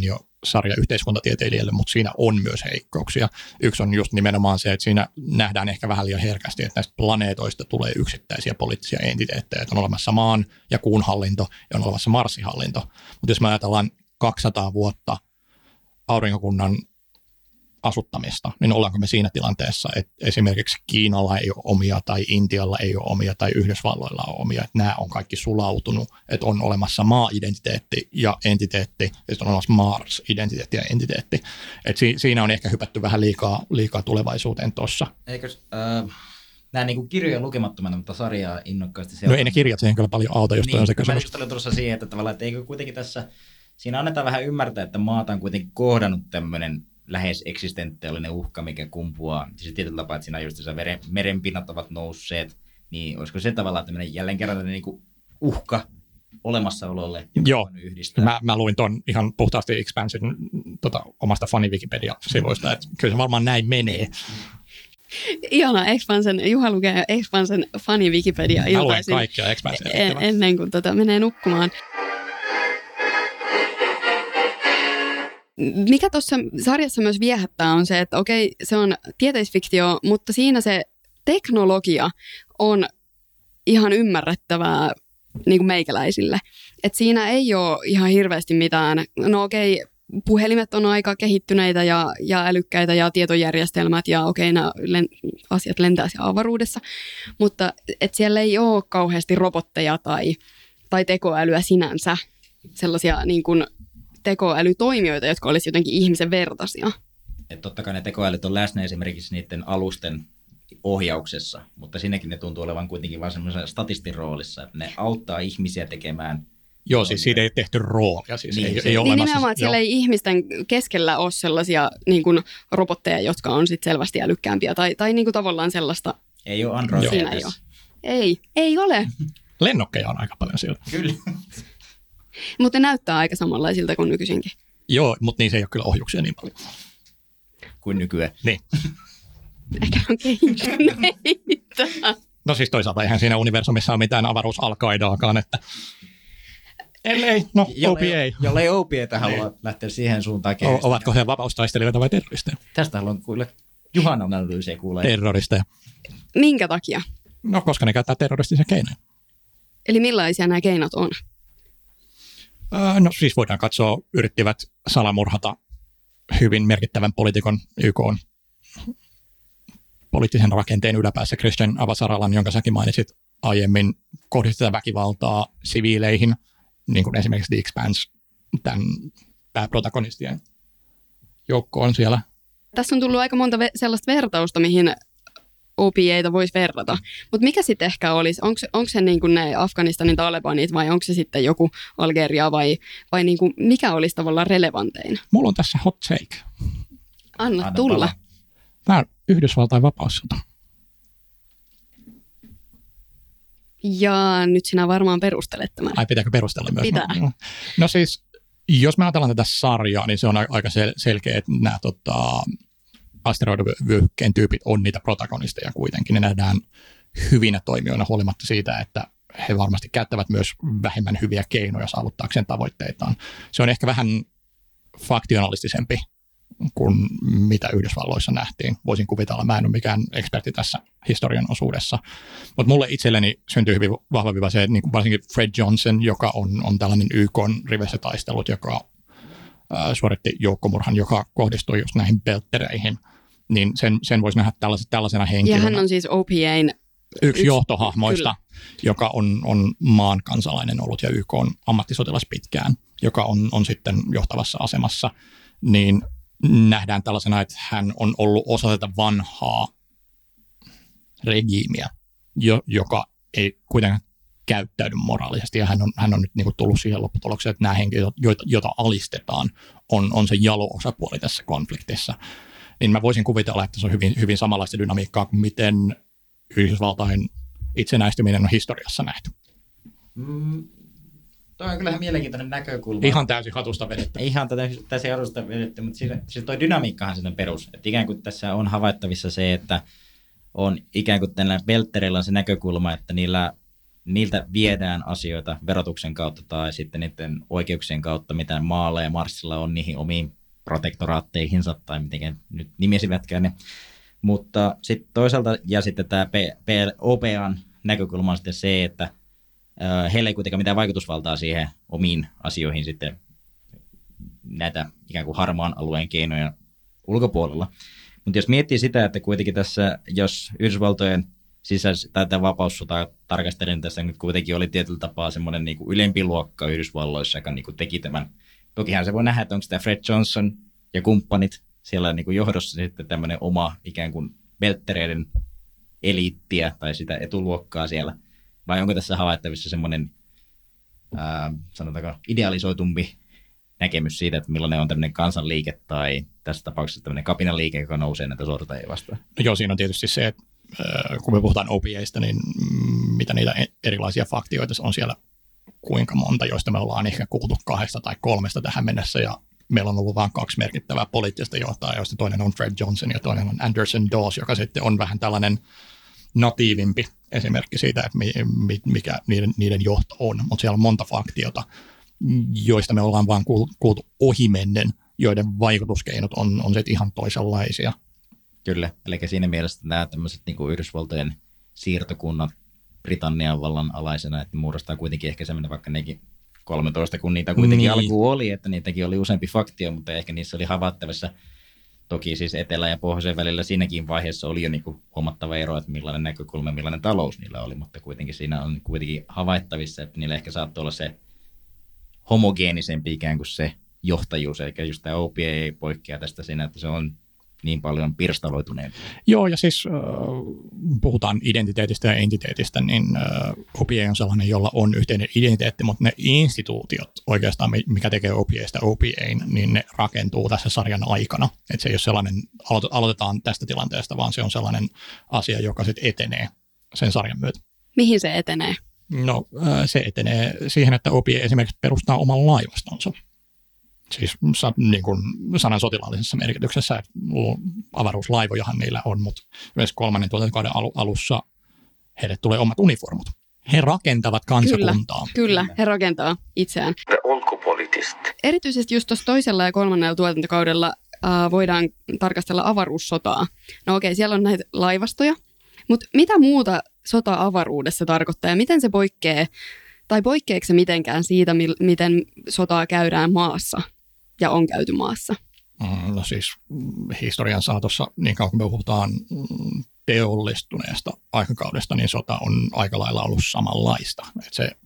sarja yhteiskuntatieteilijälle, mutta siinä on myös heikkouksia. Yksi on just nimenomaan se, että siinä nähdään ehkä vähän liian herkästi, että näistä planeetoista tulee yksittäisiä poliittisia entiteettejä, että on olemassa maan ja kuun hallinto ja on olemassa Marsin-hallinto. Mutta jos me ajatellaan 200 vuotta aurinkokunnan asuttamista, niin ollaanko me siinä tilanteessa, että esimerkiksi Kiinalla ei ole omia tai Intialla ei ole omia tai Yhdysvalloilla on omia, että nämä on kaikki sulautunut, että on olemassa maa-identiteetti ja entiteetti ja sitten on olemassa Mars-identiteetti ja entiteetti. Että siinä on ehkä hypätty vähän liikaa tulevaisuuteen tuossa. Eikös nämä niin kirjoja lukemattomana, mutta sarjaa innokkaasti No seurata? ei ne kirjat siihen kyllä paljon auta, jos niin, on se kysymys. Mä just olin tuossa siihen, että tavallaan, että eikö kuitenkin tässä, siinä annetaan vähän ymmärtää, että maata on kuitenkin kohdannut tämmöinen lähes eksistentiaalinen uhka, mikä kumpuaa. Siis tietyllä tapaa, että siinä just merenpinnat ovat nousseet, niin olisiko se tavallaan tämmöinen jälleen kerran niin kuin uhka olemassaololle, joka on yhdistää? Mä luin ton ihan puhtaasti Expansion omasta fani-Wikipedia-sivuista, että kyllä se varmaan näin menee. Ihana Expansion, Juha lukee Expansion fani-Wikipedia iltaisin. Mä luen kaikkia Expansion. Ennen kuin menee nukkumaan. Mikä tuossa sarjassa myös viehättää on se, että okei, se on tieteisfiktio, mutta siinä se teknologia on ihan ymmärrettävää niin kuin meikäläisille. Et siinä ei ole ihan hirveästi mitään, no okei, puhelimet on aika kehittyneitä ja älykkäitä ja tietojärjestelmät ja okei, nämä asiat lentää siellä avaruudessa, mutta et siellä ei ole kauheasti robotteja tai tekoälyä sinänsä, sellaisia niin kuin tekoälytoimijoita, jotka olisi jotenkin ihmisen vertaisia. Että totta kai ne tekoälyt on läsnä esimerkiksi niiden alusten ohjauksessa, mutta sinnekin ne tuntuu olevan kuitenkin vain semmoisessa statistin roolissa, että ne auttaa ihmisiä tekemään. Joo, siis siitä ei tehty roolia. Siis niin, ei niin olemassa. Nimenomaan, että siellä ei ihmisten keskellä ole sellaisia niin kuin robotteja, jotka on sit selvästi älykkäämpiä tai niin kuin tavallaan sellaista. Ei ole Android. Siinä ei ole. Ei ole. Lennokkeja on aika paljon siellä. Kyllä. Mutta ne näyttää aika samanlaisilta kuin nykyisinkin. Joo, mutta niissä ei ole kyllä ohjuksia niin paljon. Kuin nykyään. Niin. Ehkä on kehittyneitä. No siis toisaalta eihän siinä universumissa ole mitään avaruusalkaidaakaan, että ellei, no OPA. Jollei OPA:tä halua lähteä siihen suuntaan kehittämään. Ovatko he vapaustaistelijoita vai terroristeja? Tästä haluan kuulla Juhan analyysiä kuulla. Terroristeja. Minkä takia? No koska ne käyttää terroristisia keinoja. Eli millaisia nämä keinot on? No siis voidaan katsoa, yrittivät salamurhata hyvin merkittävän poliitikon YK:n poliittisen rakenteen yläpäässä Christian Avasaralan, jonka säkin mainitsit aiemmin, kohdistetaan väkivaltaa siviileihin, niin kuin esimerkiksi The Expanse, tämän pääprotagonistien joukko on siellä. Tässä on tullut aika monta sellaista vertausta, mihin OPA:ta voisi verrata. Mutta mikä sitten ehkä olisi? Onko se niin kuin ne Afganistanin talebanit vai onko se sitten joku Algeria vai niin kuin mikä olisi tavallaan relevantein? Mulla on tässä hot take. Anna tulla. Pala. Tämä on Yhdysvaltain vapaussota. Ja nyt sinä varmaan perustelet tämän. Ai pitääkö perustella myös? Pitää. No siis, jos me ajatellaan tätä sarjaa, niin se on aika selkeä, että nämä asteroidivyöhykkeen tyypit on niitä protagonisteja kuitenkin. Ne nähdään hyvinä toimijoina huolimatta siitä, että he varmasti käyttävät myös vähemmän hyviä keinoja saavuttaakseen tavoitteitaan. Se on ehkä vähän faktionalistisempi kuin mitä Yhdysvalloissa nähtiin. Voisin kuvitella, mä en ole mikään ekspertti tässä historian osuudessa. Mutta mulle itselleni syntyy hyvin vahva viva se, niin varsinkin Fred Johnson, joka on tällainen YK:n riveissä taistelut, joka suoritti joukkomurhan, joka kohdistui just näihin belttereihin, niin sen voisi nähdä tällaisena henkilönä. Ja hän on siis OPA:n yksi johtohahmoista, kyllä, joka on maan kansalainen ollut ja YK on ammattisotilas pitkään, joka on sitten johtavassa asemassa, niin nähdään tällaisena, että hän on ollut osa tätä vanhaa regiimiä, joka ei kuitenkaan käyttäydy moraalisesti, ja hän on nyt niin kuin tullut siihen lopputulokseen, että nämä henkilöt, joita alistetaan, on se jalo osapuoli tässä konfliktissa. Niin mä voisin kuvitella, että se on hyvin, hyvin samanlaista dynamiikkaa kuin miten Yhdysvaltain itsenäistyminen on historiassa nähty. Toi on kyllähän mielenkiintoinen näkökulma. Ihan täysin hatusta vedetty. Ihan täysin hatusta vedetty, mutta siis toi dynamiikkahan sitten perus. Että ikään kuin tässä on havaittavissa se, että on ikään kuin tällä beltterillä on se näkökulma, että niillä niiltä viedään asioita verotuksen kautta tai sitten niiden oikeuksien kautta, mitä maalla ja Marsilla on niihin omiin protektoraatteihinsa tai miten nyt nimesivätkään ne. Mutta sitten toisaalta, ja sitten tämä OPAn näkökulma on sitten se, että heillä ei kuitenkaan mitään vaikutusvaltaa siihen omiin asioihin sitten näitä ikään kuin harmaan alueen keinoja ulkopuolella. Mutta jos miettii sitä, että kuitenkin tässä, jos Yhdysvaltojen tätä vapaussotaa tarkastelen, tässä nyt kuitenkin oli tietyllä tapaa semmoinen niin kuin ylempi luokka Yhdysvalloissa, joka niin kuin teki tämän. Tokihan se voi nähdä, että onko tämä Fred Johnson ja kumppanit siellä niin kuin johdossa sitten tämmöinen oma ikään kuin belttereiden eliittiä tai sitä etuluokkaa siellä. Vai onko tässä havaittavissa semmoinen, sanotaanko, idealisoitumpi näkemys siitä, että millainen on tämmöinen kansanliike tai tässä tapauksessa tämmöinen kapinaliike, joka nousee näitä sortajia vastaan? No joo, siinä on tietysti se, että kun me puhutaan OPAista, niin mitä niitä erilaisia faktioita on siellä kuinka monta, joista me ollaan ehkä kuultu 2 tai 3 tähän mennessä, ja meillä on ollut vain 2 merkittävää poliittista johtajaa, joista toinen on Fred Johnson ja toinen on Anderson Dawes, joka sitten on vähän tällainen natiivimpi esimerkki siitä, että mikä niiden johto on, mutta siellä on monta faktiota, joista me ollaan vain kuultu ohimennen, joiden vaikutuskeinot on se ihan toisenlaisia. Kyllä, eli siinä mielessä nämä tämmöiset niin kuin Yhdysvaltojen siirtokunnat Britannian vallan alaisena, että muodostaa kuitenkin ehkä semmoinen vaikka nekin 13, kun niitä kuitenkin alkuun oli, että niitäkin oli useampi faktio, mutta ehkä niissä oli havaittavissa. Toki siis etelä- ja pohjoisen välillä siinäkin vaiheessa oli jo niin kuin huomattava ero, että millainen näkökulma, millainen talous niillä oli, mutta kuitenkin siinä on kuitenkin havaittavissa, että niillä ehkä saattoi olla se homogeenisempi ikään kuin se johtajuus, eli just tämä OPA ei poikkea tästä siinä, että se on niin paljon pirstaloituneempi. Joo, ja siis puhutaan identiteetistä ja entiteetistä, niin OPA on sellainen, jolla on yhteinen identiteetti, mutta ne instituutiot oikeastaan, mikä tekee OPAista OPAin, niin ne rakentuu tässä sarjan aikana. Että se ei ole sellainen, aloitetaan tästä tilanteesta, vaan se on sellainen asia, joka sitten etenee sen sarjan myötä. Mihin se etenee? No se etenee siihen, että OPA esimerkiksi perustaa oman laivastonsa. Siis niin kuin sanan sotilaallisessa merkityksessä, että avaruuslaivojahan niillä on, mutta myös 3. tuotantokauden alussa heille tulee omat uniformut. He rakentavat kansakuntaa. Kyllä, he rakentaa itseään. Ulkopoliittista. Erityisesti just tuossa 2. ja 3. tuotantokaudella voidaan tarkastella avaruussotaa. No okei, siellä on näitä laivastoja, mutta mitä muuta sota avaruudessa tarkoittaa ja miten se poikkeaa, tai poikkeako se mitenkään siitä, miten sotaa käydään maassa ja on käyty maassa? No siis historian saatossa, niin kauan kun me puhutaan teollistuneesta aikakaudesta, niin sota on aika lailla ollut samanlaista. Että se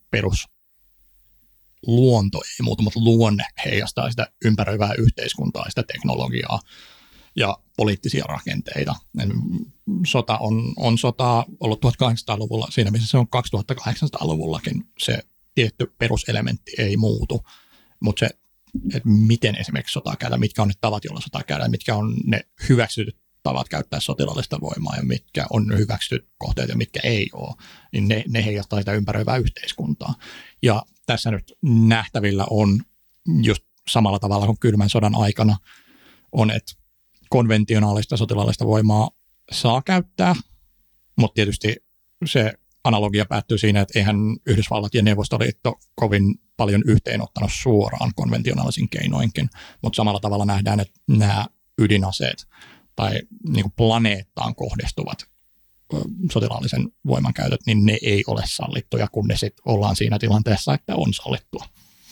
perusluonto ei muutu, mutta luonne heijastaa sitä ympäröivää yhteiskuntaa, sitä teknologiaa ja poliittisia rakenteita. Sota on sotaa ollut 1800-luvulla, siinä missä se on 2800-luvullakin. Se tietty peruselementti ei muutu, mutta se, että miten esimerkiksi sotaa käydään, mitkä on ne tavat, joilla sotaa käydään, mitkä on ne hyväksytyt tavat käyttää sotilaallista voimaa ja mitkä on hyväksytyt kohteet ja mitkä ei ole, niin ne heijastaa sitä ympäröivää yhteiskuntaa. Ja tässä nyt nähtävillä on just samalla tavalla kuin kylmän sodan aikana on, että konventionaalista sotilaallista voimaa saa käyttää, mutta tietysti se analogia päättyy siinä, että eihän Yhdysvallat ja Neuvostoliitto kovin paljon yhteenottanut suoraan konventionaalisin keinoinkin, mutta samalla tavalla nähdään, että nämä ydinaseet tai niin kuin planeettaan kohdistuvat sotilaallisen voimankäytöt, niin ne ei ole sallittuja, kun ne sitten ollaan siinä tilanteessa, että on sallittua.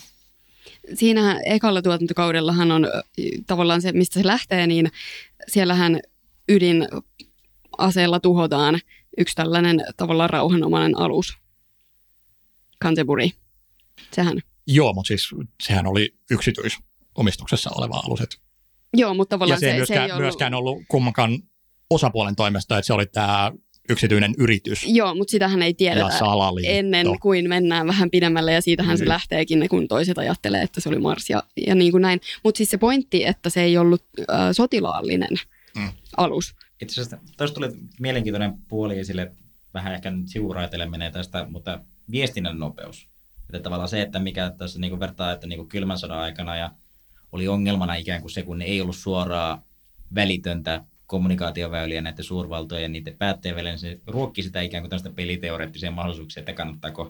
Siinä ekalla tuotantokaudellahan on tavallaan se, mistä se lähtee, niin siellähän ydinaseella tuhotaan yksi tällainen tavallaan rauhanomainen alus, Canterbury. Sehän. Joo, mutta siis sehän oli yksityisomistuksessa oleva alus. Joo, mutta tavallaan ja se ei myöskään ollut kummankaan osapuolen toimesta, että se oli tämä yksityinen yritys. Joo, mutta sitähän ei tiedetä ennen kuin mennään vähän pidemmälle ja siitähän se lähteekin, kun toiset ajattelee, että se oli Mars ja niin kuin näin. Mutta siis se pointti, että se ei ollut sotilaallinen alus. Itse asiassa tuossa tuli mielenkiintoinen puoli esille, vähän ehkä nyt sivuraiteille menee tästä, mutta viestinnän nopeus. Että tavallaan se, että mikä tässä niin kuin vertaa, että niin kuin kylmän sodan aikana ja oli ongelmana ikään kuin se, kun ne ei ollut suoraa välitöntä kommunikaatioväyliä näiden suurvaltojen ja niiden päättäjien välillä, niin se ruokki sitä ikään kuin tällaista peliteoreettisia mahdollisuuksia, että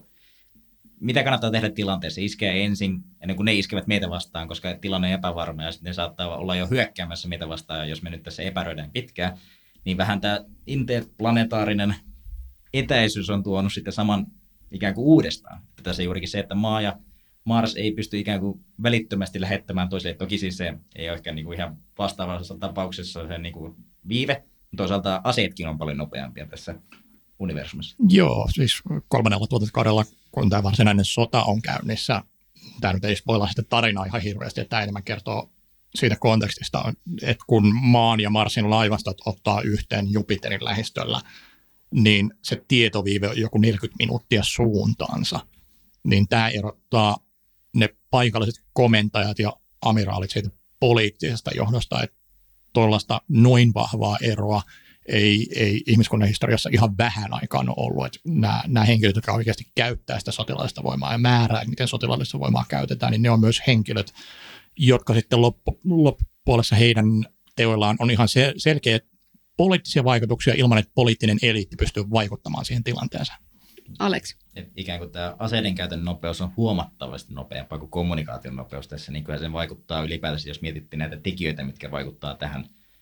mitä kannattaa tehdä tilanteessa, iskeä ensin, ennen kuin ne iskevät meitä vastaan, koska tilanne on epävarma ja sitten ne saattaa olla jo hyökkäämässä meitä vastaan, ja jos me nyt tässä epäröidään pitkään, niin vähän tämä interplanetaarinen etäisyys on tuonut sitten saman ikään kuin uudestaan. Että tässä juurikin se, että Maa ja Mars ei pysty ikään kuin välittömästi lähettämään toiselle. Toki siis se ei ole ehkä niin kuin ihan vastaavassa tapauksessa se niin kuin viive, mutta toisaalta aseetkin on paljon nopeampia tässä universumissa. Joo, siis 3. tuotantokaudella, kun tämä varsinainen sota on käynnissä, tämä nyt ei spoilaa sitä tarinaa ihan hirveästi, että tämä enemmän kertoo siitä kontekstista, että kun Maan ja Marsin laivastot ottaa yhteen Jupiterin lähistöllä, niin se tietoviive on joku 40 minuuttia suuntaansa. Niin tämä erottaa ne paikalliset komentajat ja amiraalit siitä poliittisesta johdosta, että tuollaista noin vahvaa eroa ei ihmiskunnan historiassa ihan vähän aikaan ole ollut. Että nämä henkilöt, jotka oikeasti käyttää sitä sotilaallista voimaa ja määrää, miten sotilaallista voimaa käytetään, niin ne on myös henkilöt, jotka sitten loppupuolessa heidän teoillaan on ihan selkeä poliittisia vaikutuksia ilman, että poliittinen eliitti pystyy vaikuttamaan siihen tilanteeseen. Alex. Et ikään kuin tämä aseiden käytön nopeus on huomattavasti nopeampaa kuin kommunikaation nopeus tässä, niin kyllä se vaikuttaa ylipäätänsä, jos mietittiin näitä tekijöitä, mitkä vaikuttaa tähän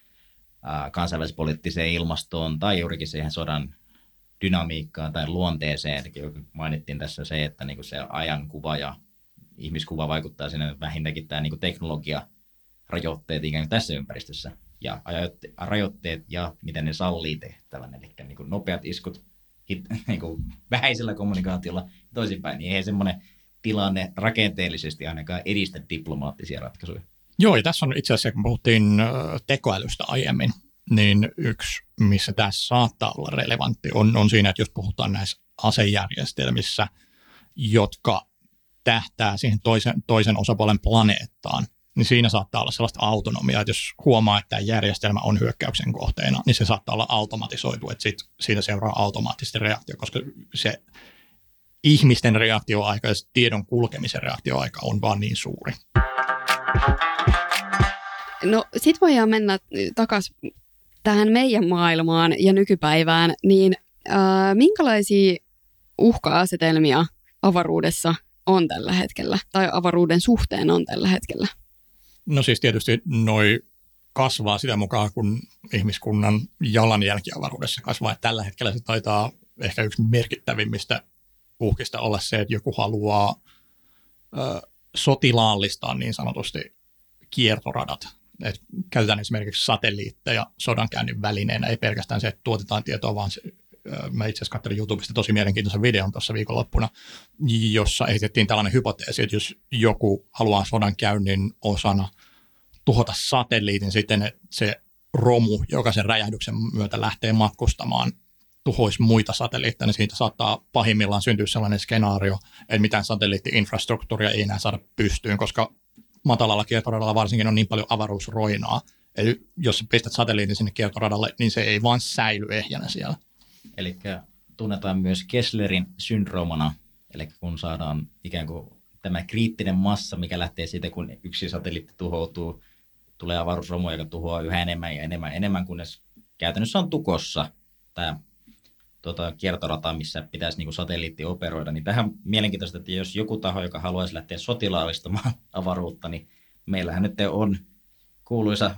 kansainvälispoliittiseen ilmastoon tai juurikin siihen sodan dynamiikkaan tai luonteeseen. Mainittiin tässä se, että niin kuin se ajankuva ja ihmiskuva vaikuttaa sinne vähintäänkin tämä niin kuin teknologia-rajoitteet ikään kuin tässä ympäristössä ja rajoitteet ja miten ne sallii tehtävän, eli niin kuin nopeat iskut niin kuin vähäisellä kommunikaatiolla toisinpäin, niin ei semmoinen tilanne rakenteellisesti ainakaan edistä diplomaattisia ratkaisuja. Joo, ja tässä on itse asiassa, kun puhuttiin tekoälystä aiemmin, niin yksi, missä tässä saattaa olla relevantti, on siinä, että jos puhutaan näissä asejärjestelmissä, jotka tähtää siihen toisen osapuolen planeettaan, niin siinä saattaa olla sellaista autonomiaa, että jos huomaa, että tämä järjestelmä on hyökkäyksen kohteena, niin se saattaa olla automatisoitu, että siitä seuraa automaattisesti reaktio, koska se ihmisten reaktioaika ja tiedon kulkemisen reaktioaika on vaan niin suuri. No sit voidaan mennä takaisin tähän meidän maailmaan ja nykypäivään, niin minkälaisia uhka-asetelmia avaruudessa on tällä hetkellä, tai avaruuden suhteen on tällä hetkellä? No siis tietysti noi kasvaa sitä mukaan, kun ihmiskunnan jalanjälki avaruudessa kasvaa. Että tällä hetkellä se taitaa ehkä yksi merkittävimmistä uhkista olla se, että joku haluaa sotilaallistaa niin sanotusti kiertoradat. Et käytetään esimerkiksi satelliitteja sodankäynnin välineenä, ei pelkästään se, että tuotetaan tietoa, vaan se, mä itse asiassa katselin YouTubesta tosi mielenkiintoisen videon tuossa viikonloppuna, jossa esitettiin tällainen hypoteesi, että jos joku haluaa sodankäynnin osana tuhota satelliitin sitten, että se romu, joka sen räjähdyksen myötä lähtee matkustamaan, tuhoisi muita satelliitteja, niin siitä saattaa pahimmillaan syntyä sellainen skenaario, että mitään satelliitti-infrastruktuuria ei enää saada pystyyn, koska matalalla kiertoradalla varsinkin on niin paljon avaruusroinaa. Eli jos pistät satelliitin sinne kiertoradalle, niin se ei vaan säily ehjänä siellä. Eli tunnetaan myös Kesslerin syndroomana, eli kun saadaan ikään kuin tämä kriittinen massa, mikä lähtee siitä, kun yksi satelliitti tuhoutuu, tulee avaruusromu, joka tuhoaa yhä enemmän ja enemmän, kunnes käytännössä on tukossa tämä kiertorata, missä pitäisi niin kuin satelliitti operoida. Niin tähän on mielenkiintoista, että jos joku taho, joka haluaisi lähteä sotilaallistamaan avaruutta, niin meillähän nyt on kuuluisa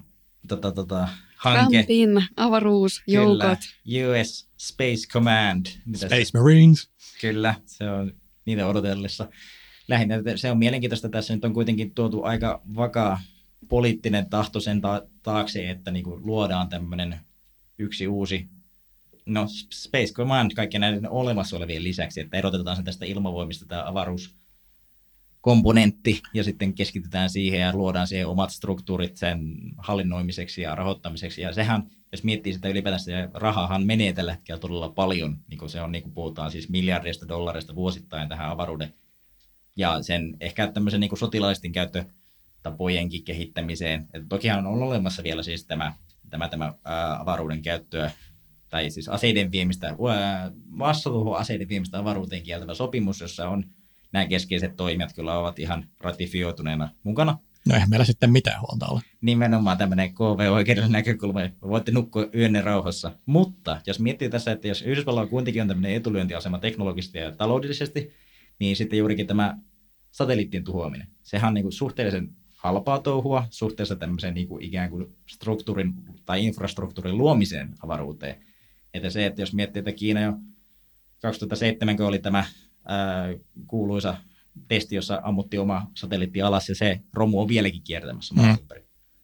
hanke. Rampin avaruusjoukot. Kyllä, US Space Command. Space Marines. Kyllä, se on niitä odotellessa. Lähinnä se on mielenkiintoista, tässä nyt on kuitenkin tuotu aika vakaa poliittinen tahto sen taakse, että niin kuin luodaan tämmöinen yksi uusi Space Command kaikkien näiden olemassa olevien lisäksi, että erotetaan sen tästä ilmavoimista tämä avaruuskomponentti ja sitten keskitytään siihen ja luodaan siihen omat struktuurit sen hallinnoimiseksi ja rahoittamiseksi. Ja sehän, jos miettii sitä ylipäätään, se rahahan menee tällä hetkellä todella paljon, niin kuin se on, niin kuin puhutaan siis miljardeista dollareista vuosittain tähän avaruuden ja sen ehkä tämmöisen niin kuin sotilaallisten käyttötapojenkin kehittämiseen. Et tokihan on olemassa vielä siis tämä avaruuden käyttöä tai siis aseiden viemistä, massatuhoaseiden viemistä avaruuteen kieltävä sopimus, jossa on nämä keskeiset toimijat kyllä ovat ihan ratifioituneena mukana. No eihän meillä sitten mitään huolta ole. Nimenomaan tämmöinen KV-oikeudellinen näkökulma, voitte nukkua yönne rauhassa. Mutta jos miettii tässä, että jos Yhdysvalloilla kuitenkin on tämmöinen etulyöntiasema teknologisesti ja taloudellisesti, niin sitten juurikin tämä satelliittien tuhoaminen. Sehän on niin kuin suhteellisen halpaa touhua suhteessa tämmöiseen niin kuin ikään kuin struktuurin tai infrastruktuurin luomiseen avaruuteen. Että se, että jos miettii, että Kiina jo 2007, kun oli tämä kuuluisa testi, jossa ammuttiin oma satelliitti alas, ja se romu on vieläkin kiertämässä maan ympäri.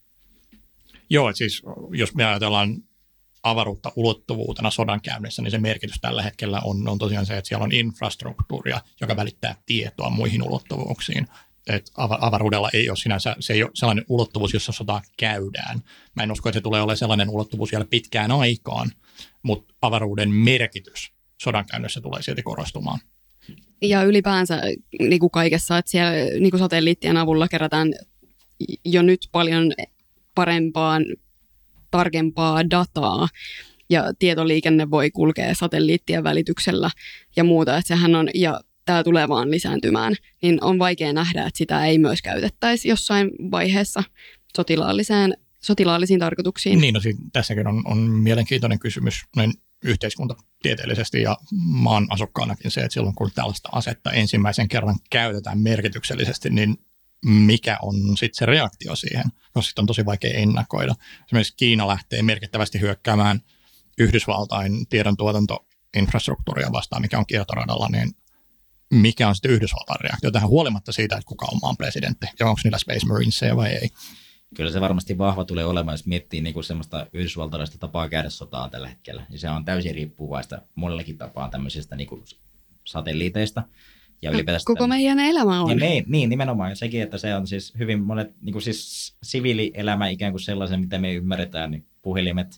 Joo, siis jos me ajatellaan avaruutta ulottuvuutena sodankäynnissä, niin se merkitys tällä hetkellä on tosiaan se, että siellä on infrastruktuuria, joka välittää tietoa muihin ulottuvuuksiin. Että avaruudella ei ole sinänsä, se ei ole sellainen ulottuvuus, jossa sotaa käydään. Mä en usko, että se tulee olemaan sellainen ulottuvuus vielä pitkään aikaan, mutta avaruuden merkitys sodankäynnissä tulee silti korostumaan. Ja ylipäänsä niin kuin kaikessa, että siellä niin kuin satelliittien avulla kerätään jo nyt paljon parempaa, tarkempaa dataa, ja tietoliikenne voi kulkea satelliittien välityksellä ja muuta, että sehän on, ja tämä tulee vaan lisääntymään, niin on vaikea nähdä, että sitä ei myös käytettäisi jossain vaiheessa sotilaallisiin tarkoituksiin. Niin, no tässäkin on mielenkiintoinen kysymys yhteiskuntatieteellisesti ja maan asukkaanakin se, että silloin kun tällaista asetta ensimmäisen kerran käytetään merkityksellisesti, niin mikä on sitten se reaktio siihen, koska sitten on tosi vaikea ennakoida. Esimerkiksi Kiina lähtee merkittävästi hyökkäämään Yhdysvaltain tiedontuotantoinfrastruktuuria vastaan, mikä on kiertoradalla, niin mikä on sitten Yhdysvaltain reaktio tähän huolimatta siitä, että kuka on maan presidentti ja onko niillä Space Marinesia vai ei. Kyllä se varmasti vahva tulee olemaan, jos miettii niin kuin semmoista yhdysvaltalaista tapaa käydä sotaa tällä hetkellä. Ja se on täysin riippuvaista monellakin tapaa tämmöisistä niin kuin satelliiteista. Ja koko meidän elämä on. Niin, nimenomaan. Ja sekin, että se on siis hyvin monet, niin kuin siis siviilielämä ikään kuin sellaisen, mitä me ymmärretään, niin puhelimet,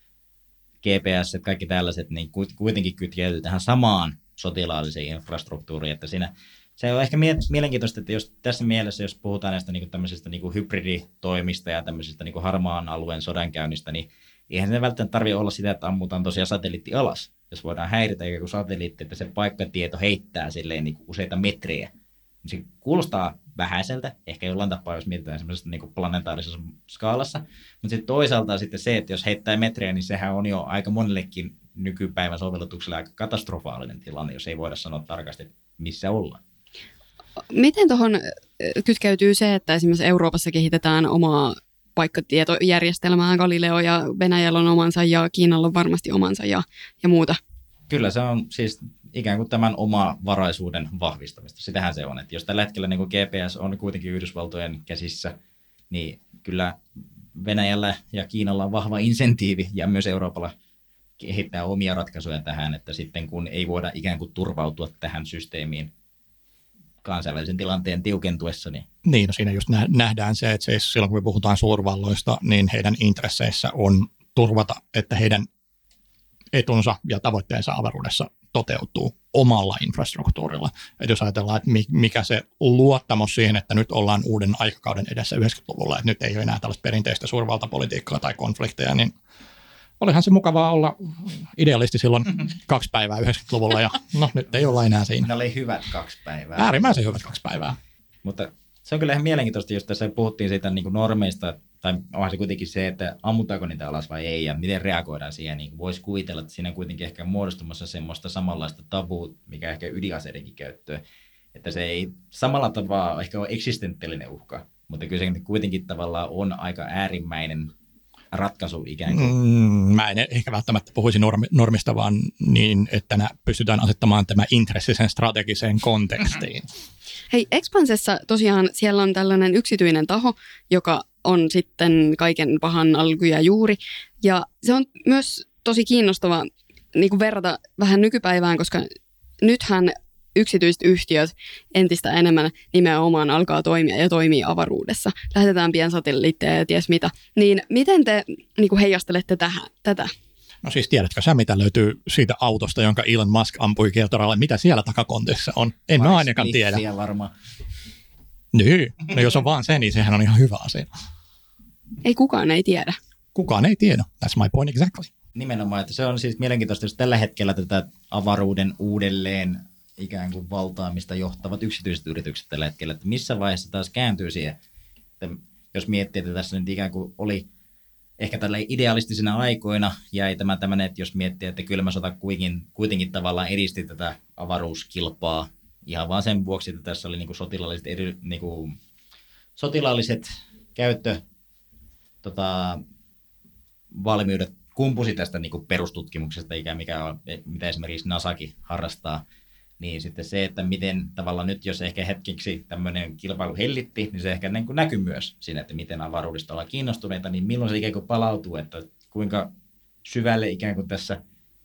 GPS, kaikki tällaiset, niin kuitenkin kytkeytyy tähän samaan sotilaalliseen infrastruktuuriin, että siinä se on ehkä mielenkiintoista, että jos tässä mielessä, jos puhutaan näistä niin kuin tämmöisistä niin kuin hybriditoimista ja tämmöisistä niin kuin harmaan alueen sodankäynnistä, niin eihän se välttämättä tarvitse olla sitä, että ammutaan tosiaan satelliitti alas, jos voidaan häiritä ikään kuin satelliitti, että se paikkatieto heittää silleen niin kuin useita metrejä. Se kuulostaa vähäiseltä, ehkä jollain tapaa, jos mietitään semmoisesta niin kuin planetaarisessa skaalassa, mutta sitten toisaalta sitten se, että jos heittää metrejä, niin sehän on jo aika monellekin nykypäivän sovellutuksella aika katastrofaalinen tilanne, jos ei voida sanoa tarkasti, missä ollaan. Miten tuohon kytkeytyy se, että esimerkiksi Euroopassa kehitetään omaa paikkatietojärjestelmää, Galileo ja Venäjällä on omansa ja Kiinalla on varmasti omansa ja muuta? Kyllä se on siis ikään kuin tämän omavaraisuuden vahvistamista. Sitähän se on, että jos tällä hetkellä niin kuin GPS on kuitenkin Yhdysvaltojen käsissä, niin kyllä Venäjällä ja Kiinalla on vahva insentiivi ja myös Euroopalla kehittää omia ratkaisuja tähän, että sitten kun ei voida ikään kuin turvautua tähän systeemiin kansainvälisen tilanteen tiukentuessa. Niin, no siinä just nähdään se, että siis silloin kun me puhutaan suurvalloista, niin heidän intresseissä on turvata, että heidän etunsa ja tavoitteensa avaruudessa toteutuu omalla infrastruktuurilla. Et jos ajatellaan, että mikä se luottamus siihen, että nyt ollaan uuden aikakauden edessä 90-luvulla, että nyt ei ole enää tällaista perinteistä suurvaltapolitiikkaa tai konflikteja, niin olihan se mukavaa olla idealisti silloin 2 päivää 90-luvulla ja no nyt ei olla enää siinä. Ne oli hyvät 2 päivää. Äärimmäisen hyvät 2 päivää. Mutta se on kyllä ihan mielenkiintoista, jos tässä puhuttiin siitä niin kuin normeista, tai onhan se kuitenkin se, että ammutaanko niitä alas vai ei, ja miten reagoidaan siihen. Niin voisi kuvitella, että siinä kuitenkin ehkä muodostumassa semmoista samanlaista tabua, mikä ehkä ydinaseidenkin käyttöön. Että se ei samalla tavalla ehkä ole eksistentiaalinen uhka, mutta kyllä se kuitenkin tavallaan on aika äärimmäinen ratkaisu ikään kuin. Mä en ehkä välttämättä puhuisi normista, vaan niin, että pystytään asettamaan tämä intressi sen strategiseen kontekstiin. Hei, Expansessa tosiaan siellä on tällainen yksityinen taho, joka on sitten kaiken pahan alku ja juuri. Ja se on myös tosi kiinnostava niin kuin verrata vähän nykypäivään, koska nythän yksityiset yhtiöt entistä enemmän nimenomaan alkaa toimia ja toimii avaruudessa. Lähetetään piensatelliitteja ja ties mitä. Niin miten te niin kuin heijastelette tätä? No siis tiedätkö sä, mitä löytyy siitä autosta, jonka Elon Musk ampui kiertoralle? Mitä siellä takakontissa on? En mä ainakaan tiedä. Varmaan. Niin, no jos on vaan se, niin sehän on ihan hyvä asia. Ei kukaan ei tiedä. Kukaan ei tiedä. That's my point exactly. Nimenomaan, että se on siis mielenkiintoista, jos tällä hetkellä tätä avaruuden uudelleen ikään kuin valtaamista johtavat yksityiset yritykset tällä hetkellä, että missä vaiheessa taas kääntyy siihen Että jos miettii, että tässä nyt ikään kuin oli ehkä tällä idealistisina aikoina jäi tämä tämmöinen, että jos miettii, että kylmä sota kuitenkin tavallaan edisti tätä avaruuskilpaa ihan vaan sen vuoksi, että tässä oli niin kuin sotilaalliset käyttö valmiudet kumpusi tästä niin kuin perustutkimuksesta, mitä esimerkiksi NASAkin harrastaa, niin sitten se, että miten tavallaan nyt, jos ehkä hetkeksi tämmöinen kilpailu hellitti, niin se ehkä niin kuin näkyy myös siinä, että miten avaruudesta ollaan kiinnostuneita, niin milloin se ikään kuin palautuu, että kuinka syvälle ikään kuin tässä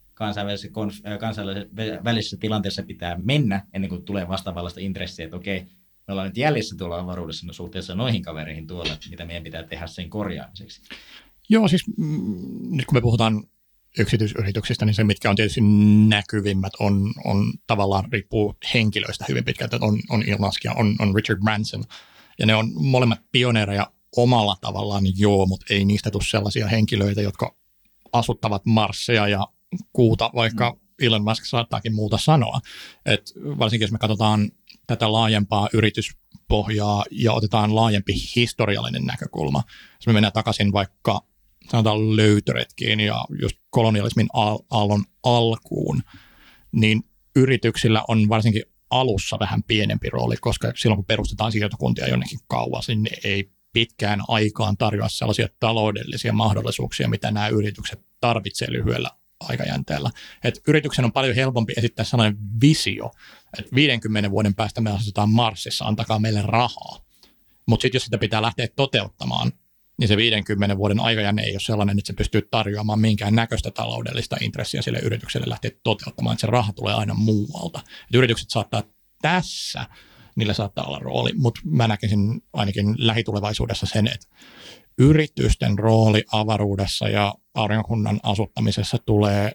kansainvälisessä tilanteessa pitää mennä, ennen kuin tulee vastaavallaista intressiä, että okei, me ollaan nyt jäljessä tuolla avaruudessa suhteessa noihin kavereihin tuolla, että mitä meidän pitää tehdä sen korjaamiseksi. Joo, siis nyt kun me puhutaan yksityisyrityksistä, niin se, mitkä on tietysti näkyvimmät, on tavallaan riippuu henkilöistä hyvin pitkälti. On Elon Musk ja on Richard Branson, ja ne on molemmat pioneereja omalla tavallaan, joo, mutta ei niistä tule sellaisia henkilöitä, jotka asuttavat Marsia ja kuuta, vaikka Elon Musk saattaakin muuta sanoa. Et varsinkin jos me katsotaan tätä laajempaa yrityspohjaa ja otetaan laajempi historiallinen näkökulma, jos me mennään takaisin vaikka sanotaan löytöretkiin ja just kolonialismin aallon alkuun, niin yrityksillä on varsinkin alussa vähän pienempi rooli, koska silloin kun perustetaan siirtokuntia jonnekin kauas, niin ne ei pitkään aikaan tarjoa sellaisia taloudellisia mahdollisuuksia, mitä nämä yritykset tarvitsevat lyhyellä aikajänteellä. Et yrityksen on paljon helpompi esittää sellainen visio, että 50 vuoden päästä me asutaan Marsissa, antakaa meille rahaa. Mutta sitten jos sitä pitää lähteä toteuttamaan, niin se 50 vuoden aikajänne ei ole sellainen, että se pystyy tarjoamaan minkään näköistä taloudellista intressiä sille yritykselle lähteä toteuttamaan, että se raha tulee aina muualta. Et yritykset saattaa tässä, niillä saattaa olla rooli, mutta mä näkisin ainakin lähitulevaisuudessa sen, että yritysten rooli avaruudessa ja aurinkokunnan asuttamisessa tulee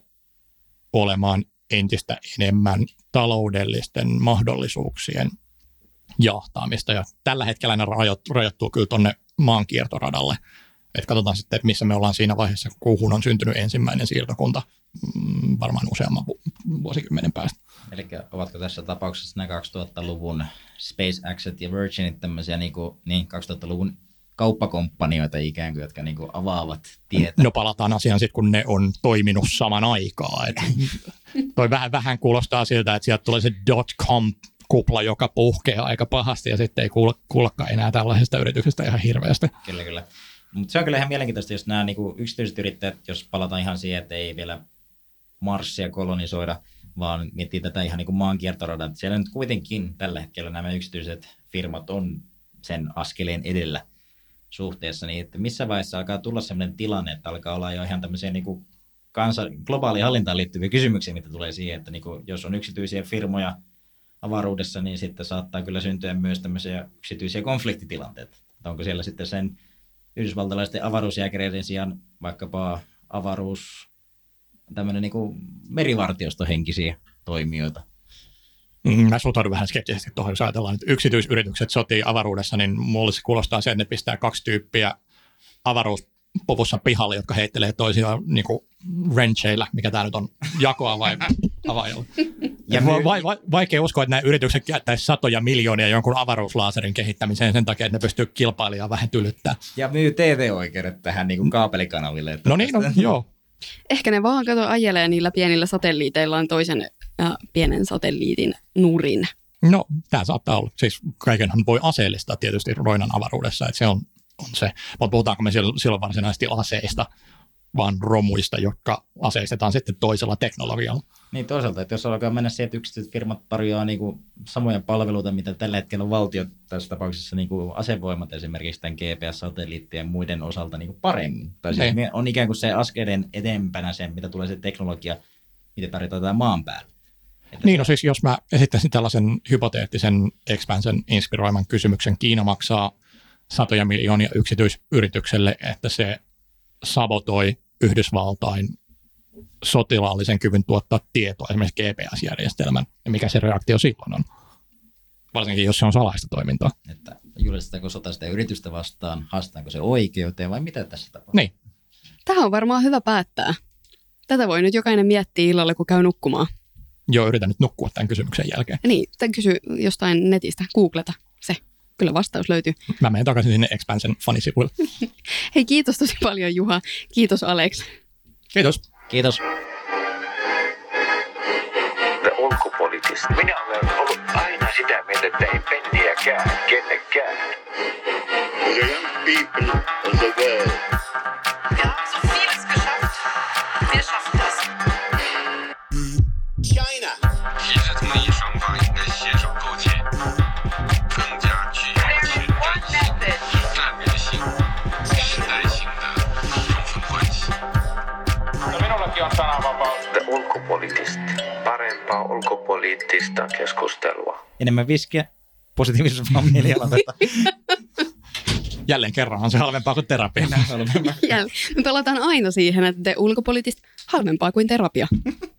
olemaan entistä enemmän taloudellisten mahdollisuuksien jahtaamista. Ja tällä hetkellä ne rajoittuu kyllä tuonne maankiertoradalle. Et katsotaan sitten, että missä me ollaan siinä vaiheessa, kun kuuhun on syntynyt ensimmäinen siirtokunta varmaan useamman vuosikymmenen päästä. Eli ovatko tässä tapauksessa nämä 2000-luvun SpaceXet ja Virginit tämmöisiä niin 2000-luvun kauppakomppanioita ikään kuin, jotka niin kuin avaavat tietä? No palataan asiaan sitten, kun ne on toiminut saman aikaa. Toi vähän kuulostaa siltä, että sieltä tulee se .com-kupla, joka puhkeaa aika pahasti ja sitten ei kuullakaan enää tällaisesta yrityksestä ihan hirveästi. Kyllä. Mutta se on kyllä ihan mielenkiintoista, jos nämä niin kuin yksityiset yrittäjät, jos palataan ihan siihen, että ei vielä Marsia kolonisoida, vaan miettii tätä ihan niin kuin maankiertoradan. Siellä nyt kuitenkin tällä hetkellä nämä yksityiset firmat on sen askeleen edellä suhteessa, niin että missä vaiheessa alkaa tulla sellainen tilanne, että alkaa olla jo ihan tämmöisiä niin kuin globaaliin hallintaan liittyviä kysymyksiä, mitä tulee siihen, että niin kuin, jos on yksityisiä firmoja avaruudessa, niin sitten saattaa kyllä syntyä myös tämmöisiä yksityisiä konfliktitilanteita. Että onko siellä sitten sen yhdysvaltalaisten avaruusjääkäreiden sijaan vaikkapa tämmöinen niin kuin merivartiostohenkisiä toimijoita? Mä suhtaudun vähän skeptisesti tuohon, jos ajatellaan, että yksityisyritykset sotii avaruudessa, niin mulle se kuulostaa sen, että pistää 2 tyyppiä avaruuspuvussa pihalle, jotka heittelee toisiaan niin kuin wrencheillä, mikä tämä nyt on, jakoa vai avaajalla. Vaikea uskoa, että nämä yritykset käyttäisi satoja miljoonia jonkun avaruuslaaserin kehittämiseen sen takia, että ne pystyy kilpailijaa vähän tylyttää. Ja myy TV-oikeudet tähän niin kuin kaapelikanaville. No niin, joo. Ehkä ne vaan ajelee niillä pienillä satelliiteillaan toisen pienen satelliitin nurin. No, tämä saattaa olla. Siis kaikenhan voi aseellistaa tietysti roinan avaruudessa, että se on se. Mutta puhutaanko me silloin varsinaisesti aseista, vaan romuista, jotka aseistetaan sitten toisella teknologialla. Niin toisaalta, että jos alkaa mennä siihen, että yksityiset firmat tarjoaa niin kuin samoja palveluita, mitä tällä hetkellä on valtio, tässä tapauksessa niin kuin asevoimat esimerkiksi tämän GPS-satelliittien ja muiden osalta niin kuin paremmin. Tai siis on ikään kuin se askeleen edempänä se, mitä tulee se teknologia, mitä tarjotaan maan päällä. Niin, no siis jos mä esittäisin tällaisen hypoteettisen Expansen inspiroiman kysymyksen, Kiina maksaa satoja miljoonia yksityisyritykselle, että se sabotoi Yhdysvaltain sotilaallisen kyvyn tuottaa tietoa, esimerkiksi GPS-järjestelmän, ja mikä se reaktio silloin on, varsinkin jos se on salaista toimintaa. Että julistetaanko sota sitä yritystä vastaan, haastetaanko se oikeuteen vai mitä tässä tapahtuu? Niin. Tähän on varmaan hyvä päättää. Tätä voi nyt jokainen miettiä illalla, kun käy nukkumaan. Joo, yritän nyt nukkua tämän kysymyksen jälkeen. Niin, kysy jostain netistä, googleta se. Kyllä vastaus löytyy. Mä menen takaisin sinne Expansion fanisivuille. Hei, kiitos tosi paljon Juha. Kiitos Alex. Kiitos. Kiitos. The ulkopoliittista. Minä olen ollut aina sitä mieltä, että ei penniäkään kenellekään. The young people of the world. Wir haben so vieles geschafft. Wir schaffen das. China. 其实中英双方应该携手构建更加具有 There is 前 one 瞻性、 message. 战略性、时代性的充分关系。 No minullakin on sananvapaus. The ulkopoliittista. Parempaa ulkopoliittista keskustelua. Enemmän viskiä, positiivisella mielialalla. Jälleen kerran on se halvempaa kuin terapia. Me pelataan aina siihen, että ulkopoliittista halvempaa kuin terapia.